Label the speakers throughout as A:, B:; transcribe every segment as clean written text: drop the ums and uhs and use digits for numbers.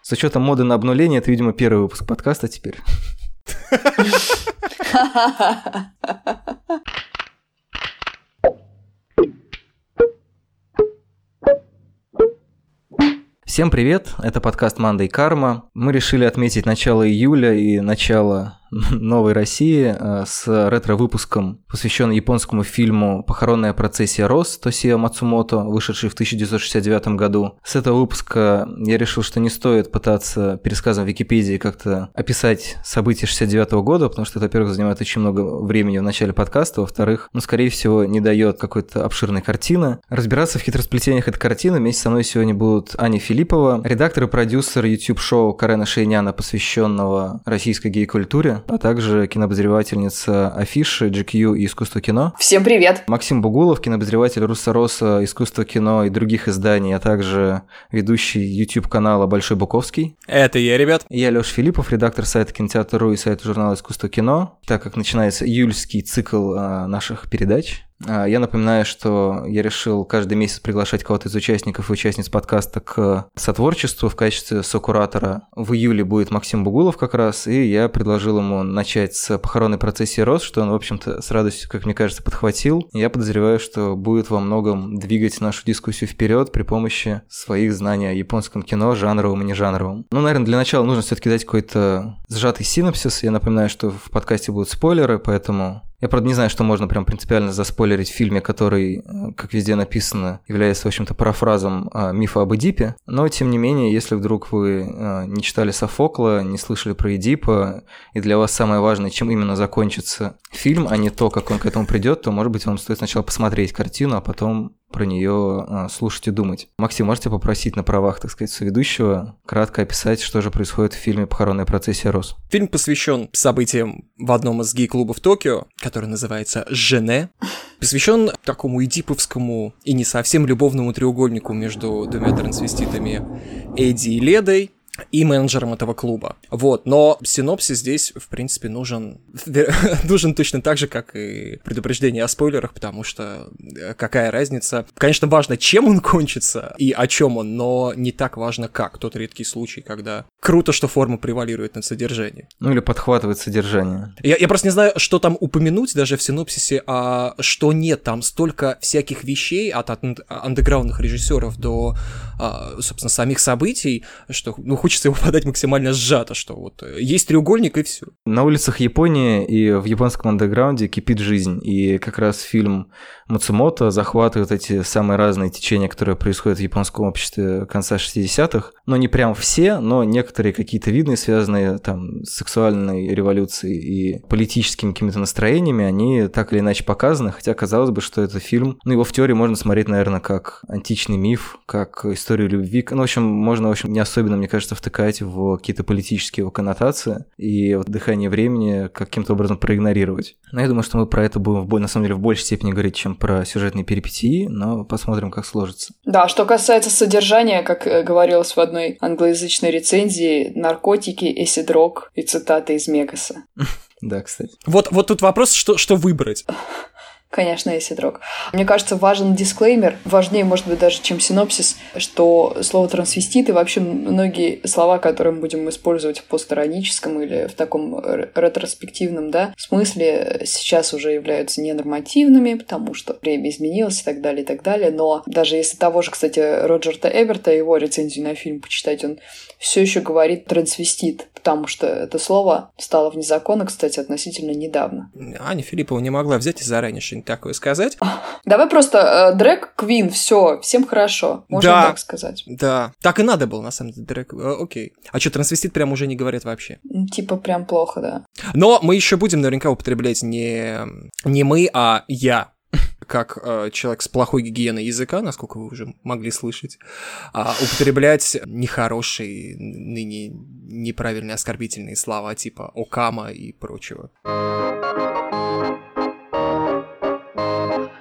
A: С учетом моды на обнуление, это, видимо, первый выпуск подкаста теперь. Всем привет, это подкаст «Манда и Карма». Мы решили отметить начало июля и начало новой России с ретро-выпуском, посвященным японскому фильму «Похоронная процессия Роз» Тосио Мацумото, вышедший в 1969 году. С этого выпуска я решил, что не стоит пытаться пересказом Википедии как-то описать события 69 года, потому что это, во-первых, занимает очень много времени в начале подкаста, во-вторых, скорее всего, не дает какой-то обширной картины. Разбираться в хитросплетениях этой картины вместе со мной сегодня будут Аня Филиппова, редактор и продюсер YouTube-шоу Карена Шейняна, посвященного российской гей-культуре, а также кинообозревательница Афиши, GQ и Искусство кино.
B: Всем привет!
A: Максим Бугулов, кинообозреватель Руссороса, Искусство кино и других изданий, а также ведущий YouTube-канала Большой Буковский.
C: Это я, ребят.
A: И я, Лёша Филиппов, редактор сайта Кинотеатр.ру и сайта журнала Искусство кино. Так как начинается июльский цикл наших передач, я напоминаю, что я решил каждый месяц приглашать кого-то из участников и участниц подкаста к сотворчеству в качестве сокуратора. В июле будет Максим Бугулов как раз, и я предложил ему начать с похоронной процессии Роз, что он, в общем-то, с радостью, как мне кажется, подхватил. Я подозреваю, что будет во многом двигать нашу дискуссию вперед при помощи своих знаний о японском кино, жанровом и нежанровом. Наверное, для начала нужно все-таки дать какой-то сжатый синопсис. Я напоминаю, что в подкасте будут спойлеры, поэтому... Я, правда, не знаю, что можно прям принципиально заспойлерить в фильме, который, как везде написано, является, в общем-то, парафразом мифа об Эдипе. Но, тем не менее, если вдруг вы не читали Софокла, не слышали про Эдипа, и для вас самое важное, чем именно закончится фильм, а не то, как он к этому придет, то, может быть, вам стоит сначала посмотреть картину, а потом про нее слушать и думать. Максим, можете попросить на правах, так сказать, соведущего кратко описать, что же происходит в фильме «Похоронная процессия Роз»?
C: Фильм посвящен событиям в одном из гей-клубов Токио, который называется «Жене». Посвящен такому эдиповскому и не совсем любовному треугольнику между двумя трансвеститами Эдди и Ледой и менеджером этого клуба. Но синопсис здесь, в принципе, нужен точно так же, как и предупреждение о спойлерах, потому что какая разница? Конечно, важно, чем он кончится и о чем он, но не так важно, как. Тот редкий случай, когда круто, что форма превалирует над содержанием.
A: Или подхватывает содержание.
C: Я просто не знаю, что там упомянуть даже в синопсисе, а что нет. Там столько всяких вещей от андеграундных режиссеров до, собственно, самих событий, что, хочется его подать максимально сжато, что есть треугольник и все.
A: На улицах Японии и в японском андеграунде кипит жизнь, и как раз фильм Мацумото захватывает эти самые разные течения, которые происходят в японском обществе конца 60-х, но не прям все, но некоторые какие-то видные, связанные там с сексуальной революцией и политическими какими-то настроениями, они так или иначе показаны, хотя казалось бы, что это фильм, его в теории можно смотреть, наверное, как античный миф, как историю любви, можно не особенно, мне кажется, втыкать в какие-то политические его коннотации и дыхание времени каким-то образом проигнорировать. Но я думаю, что мы про это будем, на самом деле, в большей степени говорить, чем про сюжетные перипетии, но посмотрим, как сложится.
B: Да, что касается содержания, как говорилось в одной англоязычной рецензии, наркотики, эсид-рок и цитаты из Мегаса.
A: Да, кстати.
C: Вот тут вопрос, что выбрать.
B: Конечно, эсид-рок. Мне кажется, важен дисклеймер, важнее, может быть, даже, чем синопсис, что слово «трансвестит» и вообще многие слова, которые мы будем использовать в постироническом или в таком ретроспективном, смысле, сейчас уже являются ненормативными, потому что время изменилось и так далее, но даже если того же, кстати, Роджерта Эберта, его рецензию на фильм почитать, он все еще говорит «трансвестит», потому что это слово стало вне закона, кстати, относительно недавно.
C: Аня Филиппова не могла взять и заранее что-нибудь такое сказать.
B: Давай просто дрэг-квин, все, всем хорошо. Можно так сказать.
C: Да, так и надо было, на самом деле, дрэг. Окей. А что, трансвестит прям уже не говорят вообще?
B: Типа прям плохо, да.
C: Но мы еще будем наверняка употреблять не мы, а я. Как человек с плохой гигиеной языка, насколько вы уже могли слышать, употреблять нехорошие, ныне неправильные оскорбительные слова типа «окама» и прочего.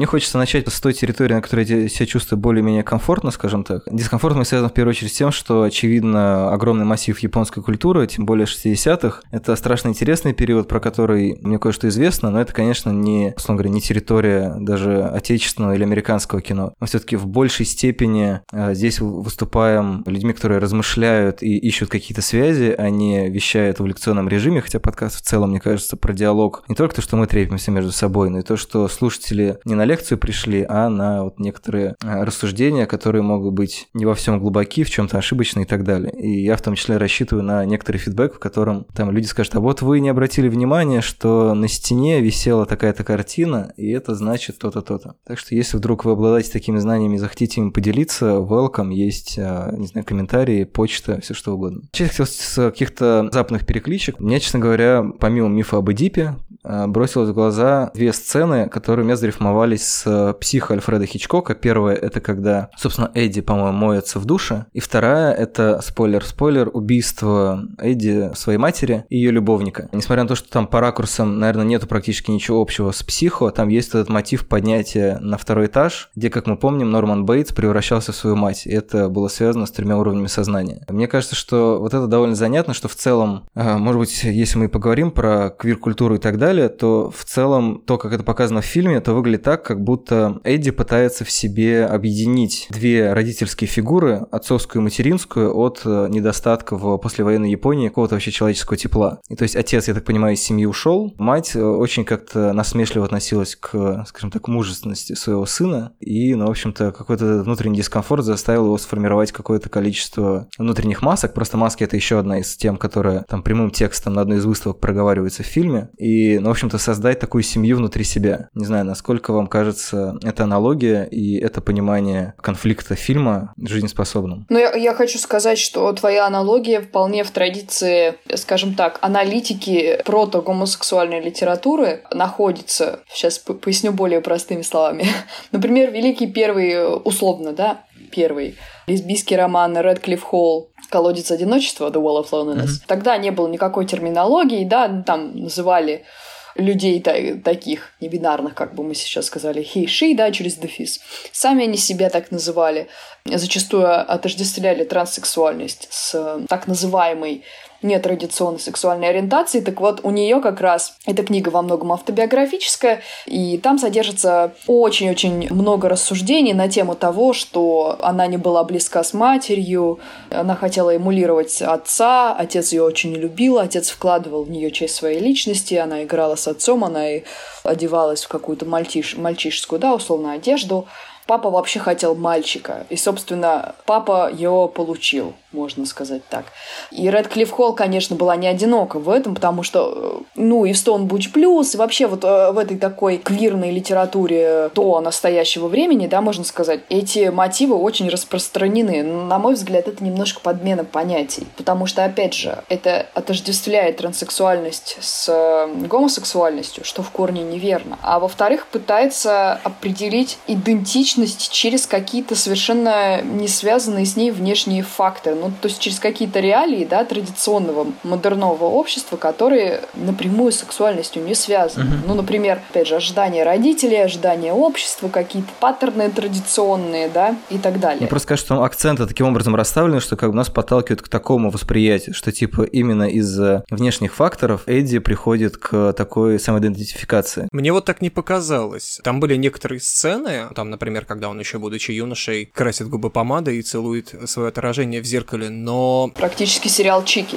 A: мне хочется начать с той территории, на которой я себя чувствую более-менее комфортно, скажем так. Дискомфорт мне связан в первую очередь с тем, что, очевидно, огромный массив японской культуры, тем более 60-х, это страшно интересный период, про который мне кое-что известно, но это, конечно, не, условно говоря, не территория даже отечественного или американского кино. Мы все-таки в большей степени здесь выступаем людьми, которые размышляют и ищут какие-то связи, а не вещают в лекционном режиме, хотя подкаст в целом, мне кажется, про диалог. Не только то, что мы трепимся между собой, но и то, что слушатели не на лекцию пришли, а на вот некоторые рассуждения, которые могут быть не во всем глубоки, в чем-то ошибочны и так далее. И я в том числе рассчитываю на некоторый фидбэк, в котором там люди скажут: а вот вы не обратили внимания, что на стене висела такая-то картина, и это значит то-то, то-то. Так что если вдруг вы обладаете такими знаниями и захотите им поделиться, welcome, есть, не знаю, комментарии, почта, все что угодно. Сейчас хотел с каких-то западных перекличек. Мне, честно говоря, помимо мифа об Эдипе, бросилось в глаза две сцены, которые у меня зарифмовались с «Психо» Альфреда Хичкока. Первая — это когда, собственно, Эдди, по-моему, моется в душе. И вторая — это, спойлер, убийство Эдди своей матери и ее любовника. Несмотря на то, что там по ракурсам, наверное, нету практически ничего общего с «Психо», там есть этот мотив поднятия на второй этаж, где, как мы помним, Норман Бейтс превращался в свою мать. И это было связано с 3 уровнями сознания. Мне кажется, что вот это довольно занятно, что в целом, может быть, если мы поговорим про квир-культуру и так далее, то в целом то, как это показано в фильме, это выглядит так, как будто Эдди пытается в себе объединить две родительские фигуры, отцовскую и материнскую, от недостатка в послевоенной Японии какого-то вообще человеческого тепла. И то есть отец, я так понимаю, из семьи ушел, мать очень как-то насмешливо относилась к, скажем так, мужественности своего сына, и, ну, в общем-то, какой-то внутренний дискомфорт заставил его сформировать какое-то количество внутренних масок. Просто маски — это еще одна из тем, которая там прямым текстом на одной из выставок проговаривается в фильме. И, ну, в общем-то, создать такую семью внутри себя. Не знаю, насколько вам кажется эта аналогия и это понимание конфликта фильма жизнеспособным.
B: Ну, я хочу сказать, что твоя аналогия вполне в традиции, скажем так, аналитики прото-гомосексуальной литературы находится. Сейчас поясню более простыми словами. Например, великий первый, условно, да, первый лесбийский роман Рэдклифф Холл «Колодец одиночества» The Well of Loneliness. Тогда не было никакой терминологии, да, там называли людей таких небинарных, как бы мы сейчас сказали, he, she, да, через дефис. Сами они себя так называли. Зачастую отождествляли транссексуальность с так называемой нетрадиционной сексуальной ориентацией. Так вот, у нее как раз эта книга во многом автобиографическая, и там содержится очень-очень много рассуждений на тему того, что она не была близка с матерью, она хотела эмулировать отца, отец ее очень не любил, отец вкладывал в нее часть своей личности, она играла с отцом, она и одевалась в какую-то мальчишескую, да, условно, одежду. Папа вообще хотел мальчика, и, собственно, папа его получил, можно сказать так. И Рэдклифф Холл, конечно, была не одинока в этом, потому что, ну, и в Стоунбудж Блюз, и вообще вот в этой такой квирной литературе до настоящего времени, да, можно сказать, эти мотивы очень распространены. На мой взгляд, это немножко подмена понятий, потому что, опять же, это отождествляет транссексуальность с гомосексуальностью, что в корне неверно. А во-вторых, пытается определить идентичность через какие-то совершенно не связанные с ней внешние факторы. Ну, то есть через какие-то реалии, да, традиционного модернового общества, которые напрямую с сексуальностью не связаны. Ну, например, опять же, ожидания родителей, ожидания общества, какие-то паттерны традиционные, да, и так далее.
A: Ну, просто скажу, что акценты таким образом расставлены, что как бы нас подталкивают к такому восприятию, что типа именно из-за внешних факторов Эдди приходит к такой самоидентификации.
C: Мне вот так не показалось. Там были некоторые сцены, там, например, когда он еще, будучи юношей, красит губы помадой и целует свое отражение в зеркале, но...
B: Практически сериал «Чики».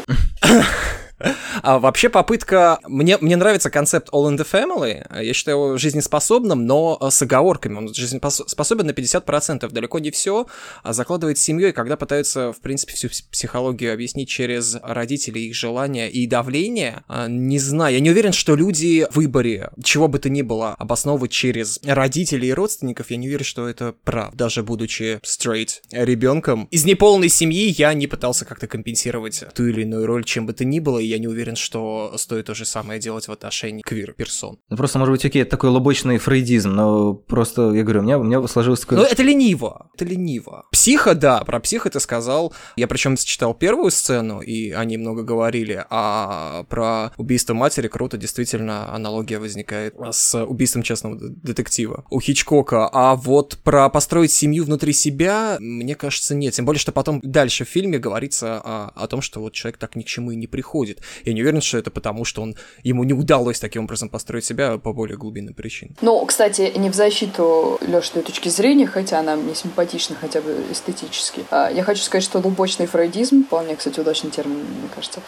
C: А вообще попытка... Мне нравится концепт All in the Family. Я считаю его жизнеспособным, но с оговорками. Он жизнеспособен на 50%. Далеко не все. Закладывает семью, и когда пытаются, в принципе, всю психологию объяснить через родителей, их желания и давление, не знаю. Я не уверен, что люди в выборе, чего бы то ни было, обосновывать через родителей и родственников, я не уверен, что это правда. Даже будучи straight ребенком. Из неполной семьи я не пытался как-то компенсировать ту или иную роль, чем бы то ни было. я не уверен, что стоит то же самое делать в отношении квир-персон.
A: Ну, просто, может быть, окей, это такой лобочный фрейдизм, но просто, я говорю, у меня сложилось такое...
C: Ну, это лениво. Психо, да, про психо ты сказал. Я причем читал первую сцену, и они много говорили, а про убийство матери круто, действительно, аналогия возникает с убийством частного детектива у Хичкока. А вот про построить семью внутри себя, мне кажется, нет. Тем более, что потом дальше в фильме говорится о том, что вот человек так ни к чему и не приходит. Я не уверен, что это потому, что ему не удалось таким образом построить себя по более глубинным причинам.
B: Ну, кстати, не в защиту Лёшиной точки зрения, хотя она мне симпатична хотя бы эстетически. Я хочу сказать, что лубочный фрейдизм, вполне, кстати, удачный термин, мне кажется,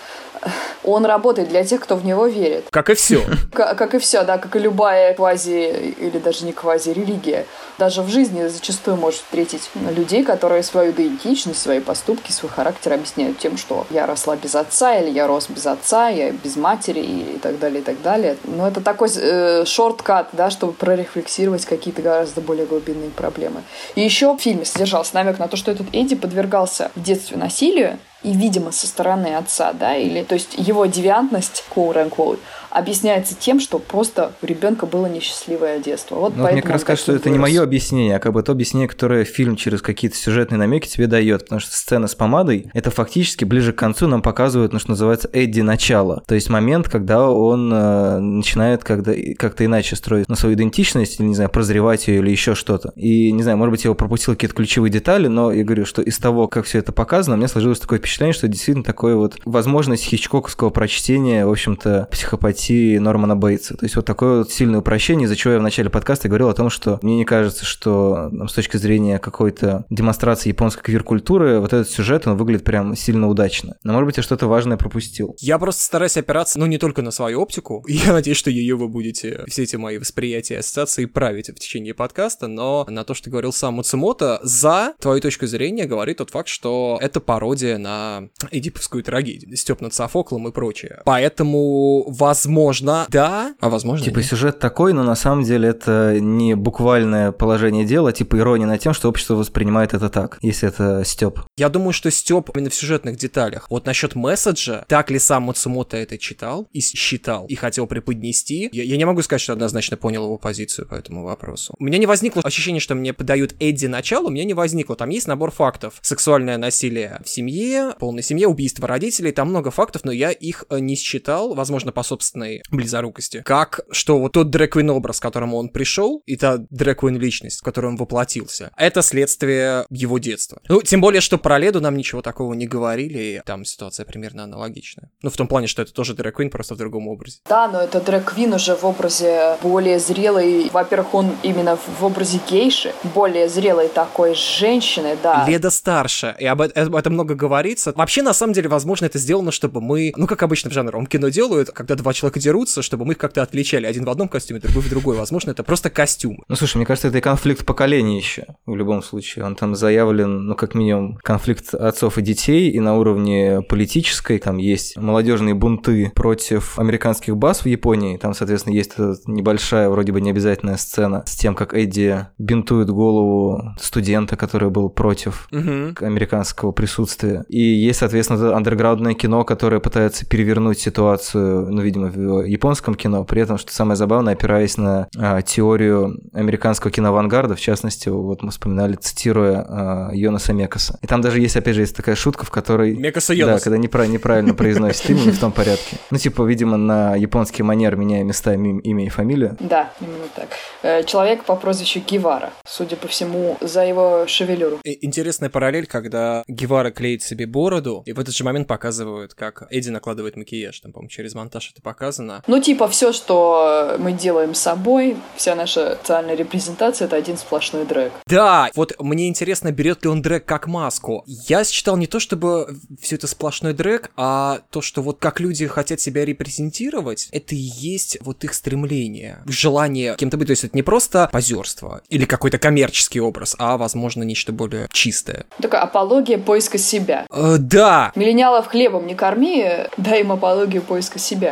B: он работает для тех, кто в него верит.
C: Как и все.
B: Как и все, да, как и любая квази или даже не квази-религия. Даже в жизни зачастую может встретить людей, которые свою идентичность, свои поступки, свой характер объясняют тем, что я росла без отца, или я рос без отца, я без матери и так далее, и так далее. Но это такой шорткат, да, чтобы прорефлексировать какие-то гораздо более глубинные проблемы. И еще в фильме содержался намек на то, что этот Эдди подвергался в детстве насилию, и, видимо, со стороны отца, да, или, то есть его девиантность, quote-unquote, объясняется тем, что просто у ребенка было несчастливое детство. Вот
A: ну, мне как раз кажется, что это не мое объяснение, а как бы то объяснение, которое фильм через какие-то сюжетные намеки тебе дает, потому что сцена с помадой, это фактически ближе к концу нам показывают, ну, что называется, Эдди начало, то есть момент, когда он начинает как-то иначе строить свою идентичность, или, не знаю, прозревать ее или еще что-то. И, не знаю, может быть, я пропустил какие-то ключевые детали, но я говорю, что из того, как все это показано, у меня сложилось такое впечатление, что действительно такое вот возможность хичкоковского прочтения, в общем-то, психопатии Нормана Бейтса. То есть вот такое вот сильное упрощение, из-за чего я в начале подкаста говорил о том, что мне не кажется, что с точки зрения какой-то демонстрации японской квир-культуры вот этот сюжет, он выглядит прям сильно удачно. Но, может быть, я что-то важное пропустил.
C: Я просто стараюсь опираться, ну, не только на свою оптику. Я надеюсь, что ее вы будете, все эти мои восприятия и ассоциации, править в течение подкаста, но на то, что говорил сам Мацумото, за твою точку зрения говорит тот факт, что это пародия на эдиповскую трагедию, стёб над Софоклом и прочее. Поэтому, возможно, да, а возможно
A: типа
C: нет.
A: Сюжет такой, но на самом деле это не буквальное положение дела, типа ирония над тем, что общество воспринимает это так, если это стёб.
C: Я думаю, что стёб именно в сюжетных деталях. Вот насчет месседжа, так ли сам Мацумото это читал и считал, и хотел преподнести, я не могу сказать, что однозначно понял его позицию по этому вопросу. У меня не возникло ощущение, что мне подают Эдди начало, у меня не возникло. Там есть набор фактов. Сексуальное насилие в семье, полной семье, убийство родителей, там много фактов, но я их не считал, возможно, по собственной близорукости, как что вот тот дрэг-квин образ, к которому он пришел, и та дрэг-квин личность, в которой он воплотился, это следствие его детства. Ну, тем более, что про Леду нам ничего такого не говорили, и там ситуация примерно аналогичная. Ну, в том плане, что это тоже дрэг-квин, просто в другом образе.
B: Да, но это дрэг-квин уже в образе более зрелой. Во-первых, он именно в образе гейши, более зрелой такой женщины, да.
C: Леда старше, и об этом много говорится. Вообще, на самом деле, возможно, это сделано, чтобы мы, ну, как обычно в жанровом кино делают, когда два человека дерутся, чтобы мы их как-то отличали. Один в одном костюме, другой в другой. Возможно, это просто костюмы.
A: Ну, слушай, мне кажется, это и конфликт поколений еще, в любом случае. Он там заявлен, ну, как минимум, конфликт отцов и детей, и на уровне политической. Там есть молодежные бунты против американских баз в Японии. Там, соответственно, есть эта небольшая, вроде бы необязательная сцена с тем, как Эдди бинтует голову студента, который был против американского присутствия. И есть, соответственно, андерграундное кино, которое пытается перевернуть ситуацию, ну, видимо, в японском кино, при этом, что самое забавное, опираясь на теорию американского киноавангарда, в частности, вот мы вспоминали, цитируя Йонаса Мекаса. И там даже есть, опять же, есть такая шутка, в которой...
C: Мекаса Йонас.
A: Да, когда неправильно произносит имя, не в том порядке. Ну, типа, видимо, на японский манер меняя местами имя и фамилию.
B: Да, именно так. Человек по прозвищу Гевара, судя по всему, за его шевелюру.
C: Интересная параллель, когда Гевара клеит себе бороду, и в этот же момент показывают, как Эдди накладывает макияж. Там, по-моему, через монтаж это показано.
B: Ну, типа, все, что мы делаем с собой, вся наша социальная репрезентация — это один сплошной дрэг.
C: Да, вот мне интересно, берет ли он дрэг как маску. Я считал не то, чтобы все это сплошной дрэг, а то, что вот как люди хотят себя репрезентировать, это и есть вот их стремление, желание кем-то быть. То есть это не просто позерство или какой-то коммерческий образ, а, возможно, нечто более чистое.
B: Такая апология поиска себя.
C: Да!
B: Миллениалов хлебом не корми, дай им апологию поиска себя.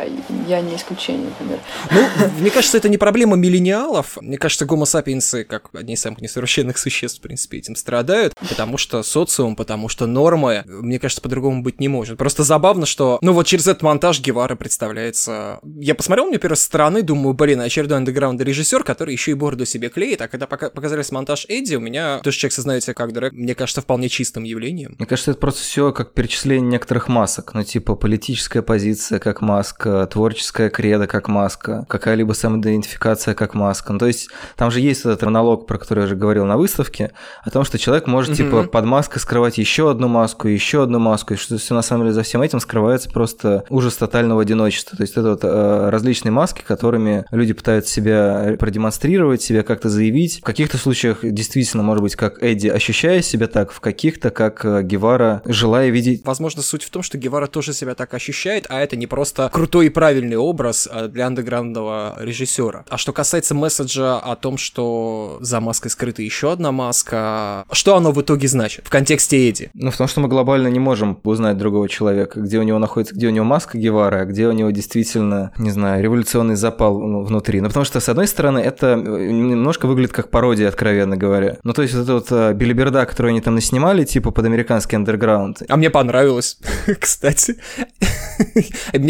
B: я не исключение, например.
C: Ну, мне кажется, это не проблема миллениалов. Мне кажется, гомо-сапиенсы, как одни из самых несовершенных существ, в принципе, этим страдают, потому что социум, потому что нормы, мне кажется, по-другому быть не может. Просто забавно, что, ну вот через этот монтаж Гевара представляется... Я посмотрел, мне первой стороны, думаю, блин, очередной андеграунд режиссер, который еще и бороду себе клеит, а когда показали монтаж Эдди, у меня тоже человек сознает себя как дурак, мне кажется, вполне чистым явлением.
A: Мне кажется, это просто все как перечисление некоторых масок, ну типа политическая позиция как маска, творческая кредо как маска, какая-либо самоидентификация как маска. Ну то есть там же есть этот монолог, про который я уже говорил на выставке, о том, что человек может типа под маской скрывать еще одну маску, и что все на самом деле за всем этим скрывается просто ужас тотального одиночества. То есть это вот различные маски, которыми люди пытаются себя продемонстрировать, себя как-то заявить. В каких-то случаях действительно, может быть, как Эдди, ощущая себя так, в каких-то, как Гевара, желая видеть.
C: Возможно, суть в том, что Гевара тоже себя так ощущает, а это не просто крутой и правильный образ для андеграундного режиссера. А что касается месседжа о том, что за маской скрыта еще одна маска, что оно в итоге значит в контексте Эдди?
A: Ну, в том, что мы глобально не можем узнать другого человека, где у него находится, где у него маска Гевары, а где у него действительно, не знаю, революционный запал внутри. Ну, потому что, с одной стороны, это немножко выглядит как пародия, откровенно говоря. Ну, то есть, вот эта вот билиберда, которую они там наснимали, типа под американский андерграунд.
C: А мне понравилось, кстати. У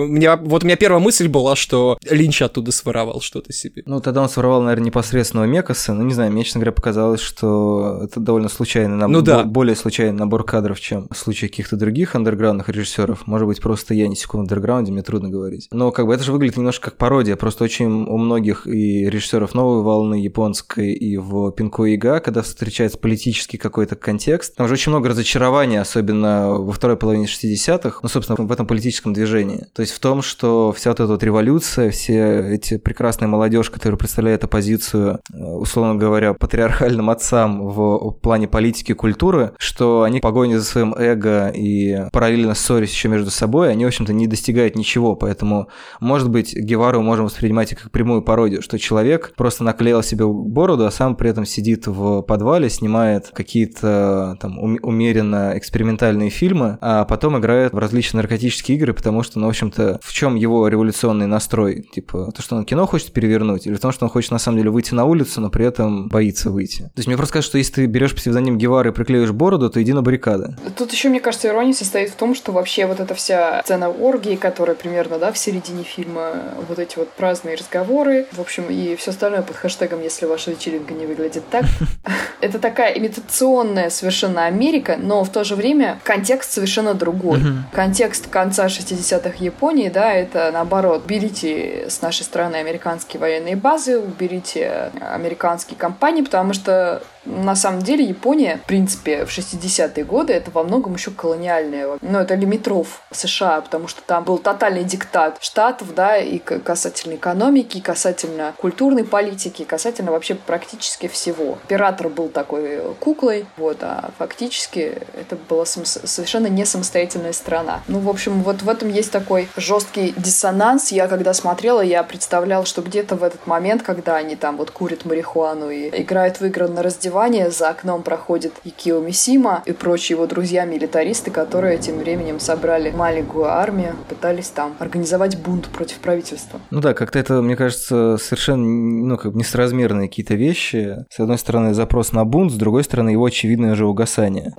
C: меня первая мысль была, что Линч оттуда своровал что-то себе.
A: Ну, тогда он своровал, наверное, непосредственного Мекаса. Ну, не знаю, мне, честно говоря, показалось, что это довольно случайный набор, более случайный набор кадров, чем в случае каких-то других андерграундных режиссеров. Может быть, просто я не секу в андерграунде, мне трудно говорить. Но как бы это же выглядит немножко как пародия. Просто очень у многих и режиссеров новой волны японской, и в Пинко Ига, когда встречается политический какой-то контекст, там же очень много разочарования, особенно во второй половине 60-х, ну, собственно, в этом политическом движении. То есть в том, что вся вот эта вот революция, все эти прекрасная молодежь, которая представляет оппозицию, условно говоря, патриархальным отцам в плане политики и культуры, что они в погоне за своим эго и параллельно ссорясь еще между собой, они, в общем-то, не достигают ничего. Поэтому, может быть, Гевару можем воспринимать как прямую пародию, что человек просто наклеил себе бороду, а сам при этом сидит в подвале, снимает какие-то там умеренно экспериментальные фильмы, а потом играет в различные наркотические игры, потому что, ну, в общем-то, в чем его революционный настрой? Типа, то, что он кино хочет перевернуть, или в том, что он хочет, на самом деле, выйти на улицу, но при этом боится выйти? То есть мне просто кажется, что если ты берешь псевдоним Гевары и приклеишь бороду, то иди на баррикады.
B: Тут еще, мне кажется, ирония состоит в том, что вообще вот эта вся сцена оргии, которая примерно, да, в середине фильма, вот эти вот праздные разговоры, в общем, и все остальное под хэштегом «Если ваша вечеринка не выглядит так», это такая имитационная совершенно Америка, но в то же время контекст совершенно другой. Контекст конца 60-х Японии, да, это наоборот, берите с нашей стороны американские военные базы, уберите американские компании, потому что на самом деле Япония, в принципе, в 60-е годы это во многом еще колониальная. Ну, это лимитров США, потому что там был тотальный диктат штатов, да, и касательно экономики, и касательно культурной политики, и касательно вообще практически всего. Император был такой куклой, вот, а фактически это была совершенно не самостоятельная страна. Ну, в общем, вот в этом есть такой жесткий диссонанс. Я когда смотрела, я представляла, что где-то в этот момент, когда они там вот курят марихуану и играют в игры на раздевание, за окном проходит Икио Мисима и прочие его друзья-милитаристы, которые тем временем собрали маленькую армию, пытались там организовать бунт против правительства.
A: Ну да, как-то это, мне кажется, совершенно, ну, как бы несоразмерные какие-то вещи. С одной стороны, запрос на бунт, с другой стороны, его очевидное же угасание.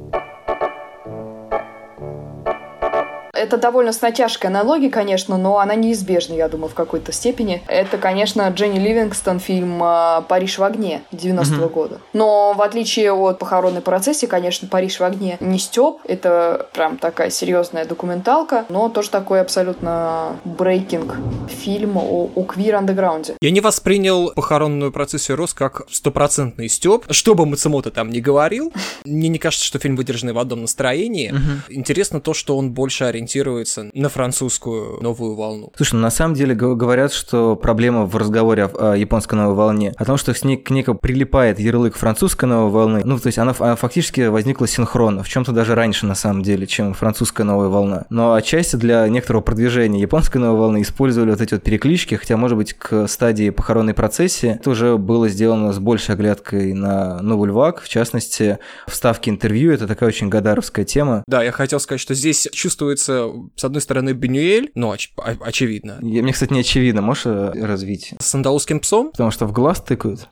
B: Это довольно с натяжкой аналогия, конечно, но она неизбежна, я думаю, в какой-то степени. Это, конечно, Дженни Ливингстон, фильм «Париж в огне» 90-го года. Но в отличие от «Похоронной процессии», конечно, «Париж в огне» не стёб. Это прям такая серьезная документалка, но тоже такой абсолютно брейкинг фильм о квир-андеграунде.
C: Я не воспринял «Похоронную процессию Рос» как стопроцентный стёб. Что бы Мацумото там ни говорил, мне не кажется, что фильм выдержанный в одном настроении. Интересно то, что он больше ориентируется на французскую новую волну.
A: Слушай, на самом деле говорят, что проблема в разговоре о японской новой волне о том, что к ней прилипает ярлык французской новой волны. Ну, то есть она фактически возникла синхронно, в чем-то даже раньше, на самом деле, чем французская новая волна. Но отчасти для некоторого продвижения японской новой волны использовали вот эти вот переклички, хотя, может быть, к стадии похоронной процессии это уже было сделано с большей оглядкой на Новый Львак, в частности, вставки интервью, это такая очень гадаровская тема.
C: Да, я хотел сказать, что здесь чувствуется что, с одной стороны, Бунюэль, ну, очевидно.
A: Мне, кстати, не очевидно, можешь развить?
C: С андалузским псом?
A: Потому что в глаз тыкают.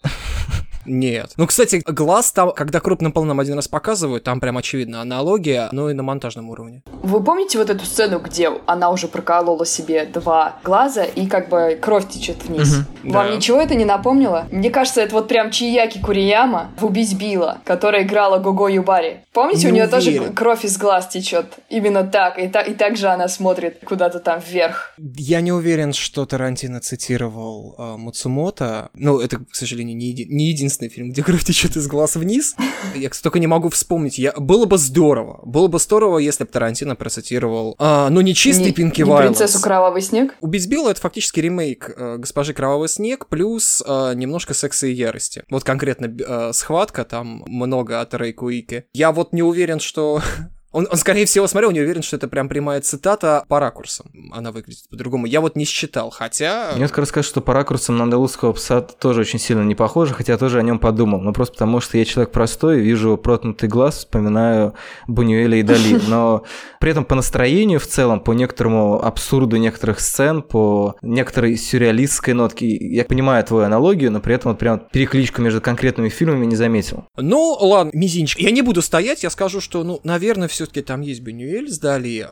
C: Нет. Ну, кстати, глаз там, когда крупным планом один раз показывают, там прям очевидно аналогия, но и на монтажном уровне.
B: Вы помните вот эту сцену, где она уже проколола себе 2 глаза и как бы кровь течет вниз? Вам
C: да.
B: ничего это не напомнило? Мне кажется, это вот прям Чияки Курияма в «Убить Билла», которая играла Гого Юбари. Помните,
C: Не
B: у нее
C: уверен.
B: тоже кровь из глаз течет. Именно так. И так же она смотрит куда-то там вверх.
C: Я не уверен, что Тарантино цитировал Мацумото. Ну, это, к сожалению, не единственный фильм, где кровь течет из глаз вниз. Я только не могу вспомнить. Было бы здорово. Было бы здорово, если бы Тарантино процитировал, ну, не чистый Пинки Вайлдс.
B: «Принцессу Кровавый снег».
C: «Убить Билла» — это фактически ремейк «Госпожи Кровавый снег» плюс немножко секса и ярости. Вот конкретно схватка, там много от Рэй Куики. Я вот не уверен, что... Он, скорее всего, смотрел, не уверен, что это прям прямая цитата по ракурсам. Она выглядит по-другому. Я вот не считал, хотя...
A: Мне как раз кажется, что по ракурсам на андалузского пса тоже очень сильно не похоже, хотя я тоже о нем подумал. Но просто потому, что я человек простой, вижу проткнутый глаз, вспоминаю Бунюэля и Дали. Но при этом по настроению в целом, по некоторому абсурду некоторых сцен, по некоторой сюрреалистской нотке, я понимаю твою аналогию, но при этом вот прям перекличку между конкретными фильмами не заметил.
C: Ну, ладно, мизинчик. Я не буду стоять, я скажу, что, ну, наверное, все-таки там есть Бунюэль с Дали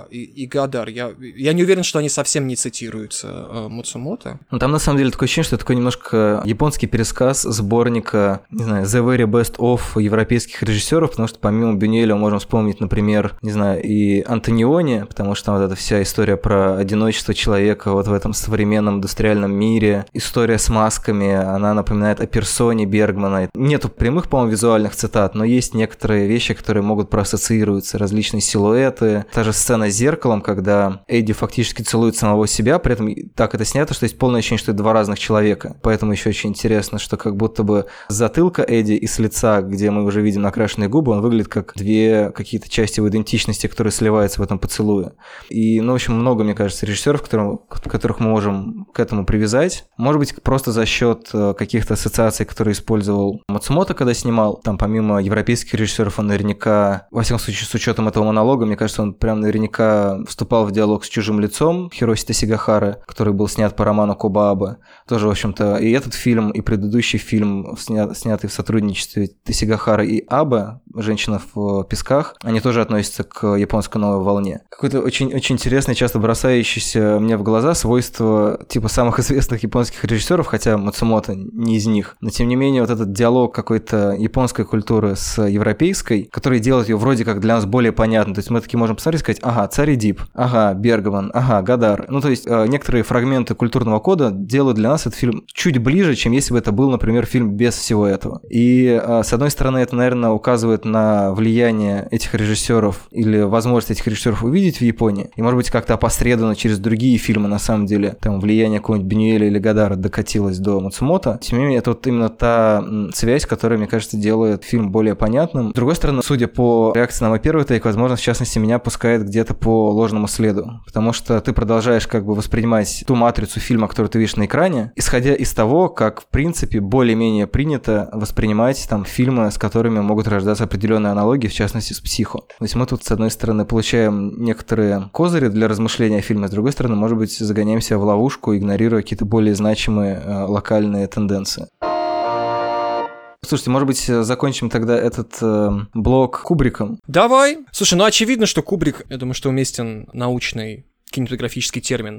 C: и Гадар. Я не уверен, что они совсем не цитируются Мацумото.
A: Ну, там на самом деле такое ощущение, что это такой немножко японский пересказ сборника, не знаю, The Very Best of европейских режиссеров, потому что помимо Бунюэля мы можем вспомнить, например, не знаю, и Антониони, потому что там вот эта вся история про одиночество человека вот в этом современном индустриальном мире, история с масками, она напоминает о персоне Бергмана. Нету прямых, по-моему, визуальных цитат, но есть некоторые вещи, которые могут проассоциироваться, различные силуэты. Та же сцена с зеркалом, когда Эдди фактически целует самого себя, при этом так это снято, что есть полное ощущение, что это 2 разных человека. Поэтому еще очень интересно, что как будто бы с затылка Эдди и с лица, где мы уже видим накрашенные губы, он выглядит как 2 какие-то части его идентичности, которые сливаются в этом поцелуе. И, ну, в общем, много, мне кажется, режиссеров, которых мы можем к этому привязать. Может быть, просто за счет каких-то ассоциаций, которые использовал Мацумото, когда снимал. Там, помимо европейских режиссеров, он наверняка, во всяком случае, с учетом этого монолога, мне кажется, он прям наверняка вступал в диалог с «Чужим лицом» Хироси Тосигахары, который был снят по роману Кобаабе. Тоже, в общем-то, и этот фильм, и предыдущий фильм, снятый в сотрудничестве Тосигахары и Абе, «Женщина в песках», они тоже относятся к японской новой волне. Какое-то очень интересное, часто бросающееся мне в глаза свойство типа самых известных японских режиссеров, хотя Мацумото не из них. Но, тем не менее, вот этот диалог какой-то японской культуры с европейской, который делает ее вроде как для нас более понятно. То есть мы таки можем посмотреть и сказать: ага, Царь Эдип, ага, Бергман, ага, Гадар. Ну, то есть некоторые фрагменты культурного кода делают для нас этот фильм чуть ближе, чем если бы это был, например, фильм без всего этого. И, с одной стороны, это, наверное, указывает на влияние этих режиссеров или возможность этих режиссеров увидеть в Японии. И, может быть, как-то опосредованно через другие фильмы, на самом деле, там влияние какого-нибудь Бунюэля или Гадара докатилось до Мацумото. Тем не менее, это вот именно та связь, которая, мне кажется, делает фильм более понятным. С другой стороны, судя по реакции на мой первый тейк, возможно, в частности, меня пускает где-то по ложному следу. Потому что ты продолжаешь как бы воспринимать ту матрицу фильма, которую ты видишь на экране, исходя из того, как, в принципе, более-менее принято воспринимать там фильмы, с которыми могут рождаться определенные аналогии, в частности, с «Психо». То есть мы тут, с одной стороны, получаем некоторые козыри для размышления о фильме, с другой стороны, может быть, загоняемся в ловушку, игнорируя какие-то более значимые локальные тенденции. Слушайте, может быть, закончим тогда этот блок Кубриком?
C: Давай. Слушай, ну очевидно, что Кубрик, я думаю, что уместен научный кинематографический термин.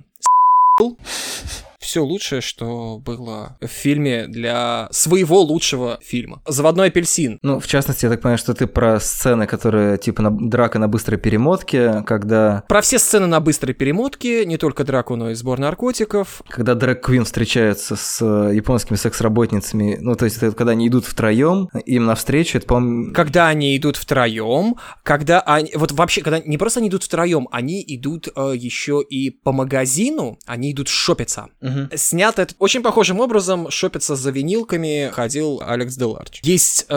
C: Все лучшее, что было в фильме для своего лучшего фильма. «Заводной апельсин».
A: Ну, в частности, я так понимаю, что ты про сцены, которые типа драка на быстрой перемотке, когда...
C: Про все сцены на быстрой перемотке, не только драку, но и сбор наркотиков.
A: Когда дрэг-квин встречается с японскими секс-работницами, ну, то есть это когда они идут втроем, им навстречу, это, по-моему...
C: Когда они идут втроем, когда они... Вот вообще, когда не просто они идут втроем, они идут еще и по магазину, они идут шопиться. Снято это очень похожим образом. Шопиться за винилками ходил Алекс Делардж. Есть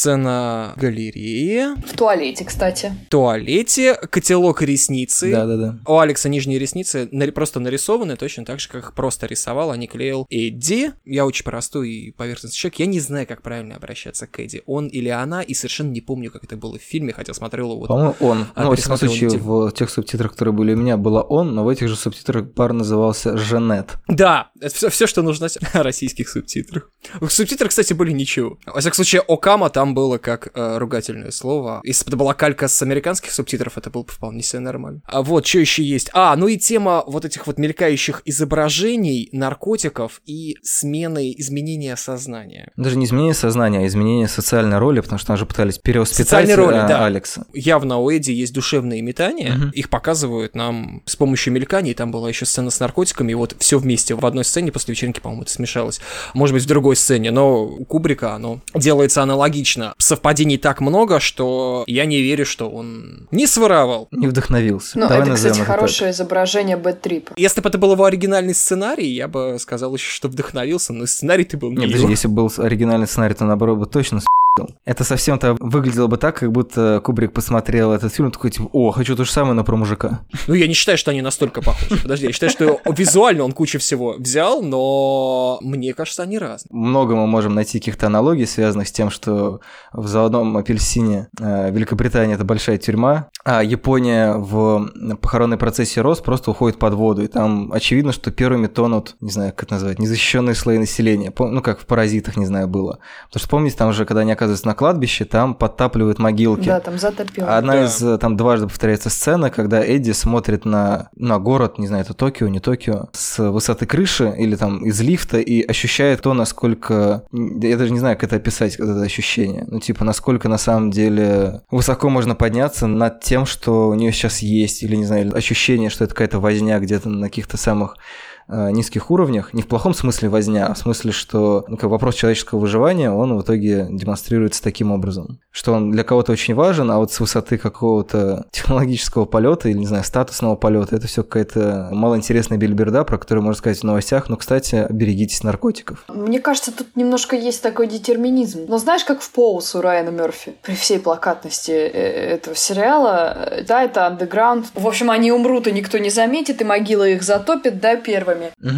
C: сцена галереи.
B: В туалете, кстати.
C: В туалете, котелок и ресницы.
A: Да-да-да.
C: У Алекса нижние ресницы просто нарисованы точно так же, как их просто рисовал, а не клеил Эдди. Я очень простой и поверхностный человек. Я не знаю, как правильно обращаться к Эдди. Он или она, и совершенно не помню, как это было в фильме, хотя смотрел его...
A: По-моему, он. Ну, во всяком случае, в тех субтитрах, которые были у меня, было он, но в этих же субтитрах пара назывался Жанет.
C: Да, это все, что нужно о российских субтитрах. В субтитрах, кстати, были ничего. Во всяком случае, Окама там было как ругательное слово. Если бы это была калька с американских субтитров, это было бы вполне себе нормально. А вот, что еще есть? Ну и тема вот этих вот мелькающих изображений, наркотиков и изменения сознания.
A: Даже не изменение сознания, а изменение социальной роли, потому что там же пытались перевоспитать
C: социальной роли, да.
A: Алекса.
C: Явно у Эдди есть душевные метания, их показывают нам с помощью мельканий, там была еще сцена с наркотиками, и вот все вместе в одной сцене после вечеринки, по-моему, это смешалось. Может быть, в другой сцене, но у Кубрика оно делается аналогично. Совпадений так много, что я не верю, что он не своровал.
A: Не вдохновился.
B: Ну, это, кстати, хорошее изображение бэд-трипа.
C: Если бы это был его оригинальный сценарий, я бы сказал еще, что вдохновился, но сценарий-то был не его.
A: Если был оригинальный сценарий, то наоборот бы точно это совсем-то выглядело бы так, как будто Кубрик посмотрел этот фильм, такой, типа, хочу то же самое, но про мужика.
C: Ну, я не считаю, что они настолько похожи. Подожди, я считаю, что визуально он кучу всего взял, но мне кажется, они разные.
A: Много мы можем найти каких-то аналогий, связанных с тем, что в «Заводном апельсине» Великобритания — это большая тюрьма, а Япония в похоронной процессии Роз просто уходит под воду, и там очевидно, что первыми тонут, не знаю, как это назвать, незащищенные слои населения, ну, как в «Паразитах», не знаю, было. Потому что, помните, там же, когда они оказываются на кладбище, там подтапливают могилки.
B: Да, там затопило.
A: Одна из, там дважды повторяется сцена, когда Эдди смотрит на город, не знаю, это Токио, не Токио, с высоты крыши или там из лифта и ощущает то, насколько... Я даже не знаю, как это описать, это ощущение. Ну, типа, насколько на самом деле высоко можно подняться над тем, что у нее сейчас есть, или, не знаю, ощущение, что это какая-то возня где-то на каких-то самых низких уровнях, не в плохом смысле возня, а в смысле, что вопрос человеческого выживания, он в итоге демонстрируется таким образом, что он для кого-то очень важен, а вот с высоты какого-то технологического полета или, не знаю, статусного полета, это все какая-то малоинтересная бельберда, про которую можно сказать в новостях, но, кстати, берегитесь наркотиков.
B: Мне кажется, тут немножко есть такой детерминизм. Но знаешь, как в Поус у Райана Мерфи, при всей плакатности этого сериала, да, это андеграунд. В общем, они умрут, и никто не заметит, и могила их затопит, да, первыми.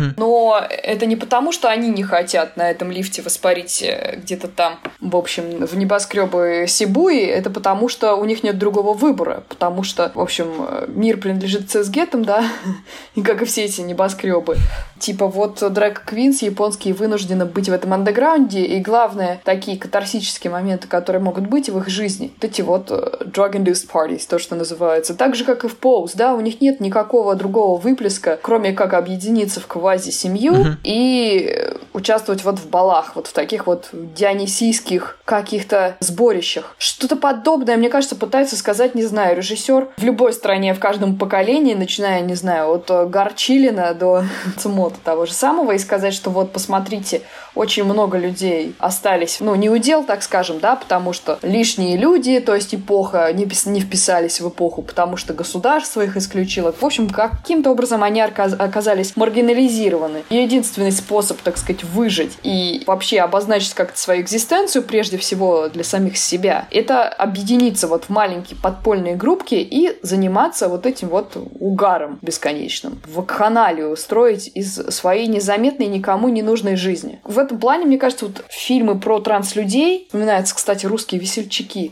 B: Но это не потому, что они не хотят на этом лифте воспарить где-то там, в общем, в небоскребы Сибуи, это потому, что у них нет другого выбора, потому что, в общем, мир принадлежит цисгетам, да, и как и все эти небоскребы. Типа вот Drag Queens японские вынуждены быть в этом андеграунде, и главное, такие катарсические моменты, которые могут быть в их жизни, вот эти вот drug-induced parties, то, что называется. Так же, как и в Pose, да, у них нет никакого другого выплеска, кроме как объединиться в квази-семью и участвовать вот в балах, вот в таких вот дионисийских каких-то сборищах. Что-то подобное, мне кажется, пытается сказать, не знаю, режиссер в любой стране, в каждом поколении, начиная, не знаю, от Горчилина до Цумота того же самого, и сказать, что вот, посмотрите, очень много людей остались, ну, не удел, так скажем, да, потому что лишние люди, то есть эпоха, не вписались в эпоху, потому что государство их исключило. В общем, каким-то образом они оказались маргинализированы. И единственный способ, так сказать, выжить и вообще обозначить как-то свою экзистенцию, прежде всего для самих себя, это объединиться вот в маленькие подпольные группки и заниматься вот этим вот угаром бесконечным. Вакханалию строить из своей незаметной никому не нужной жизни. В этом плане, мне кажется, вот фильмы про транслюдей, вспоминаются, кстати, русские весельчаки,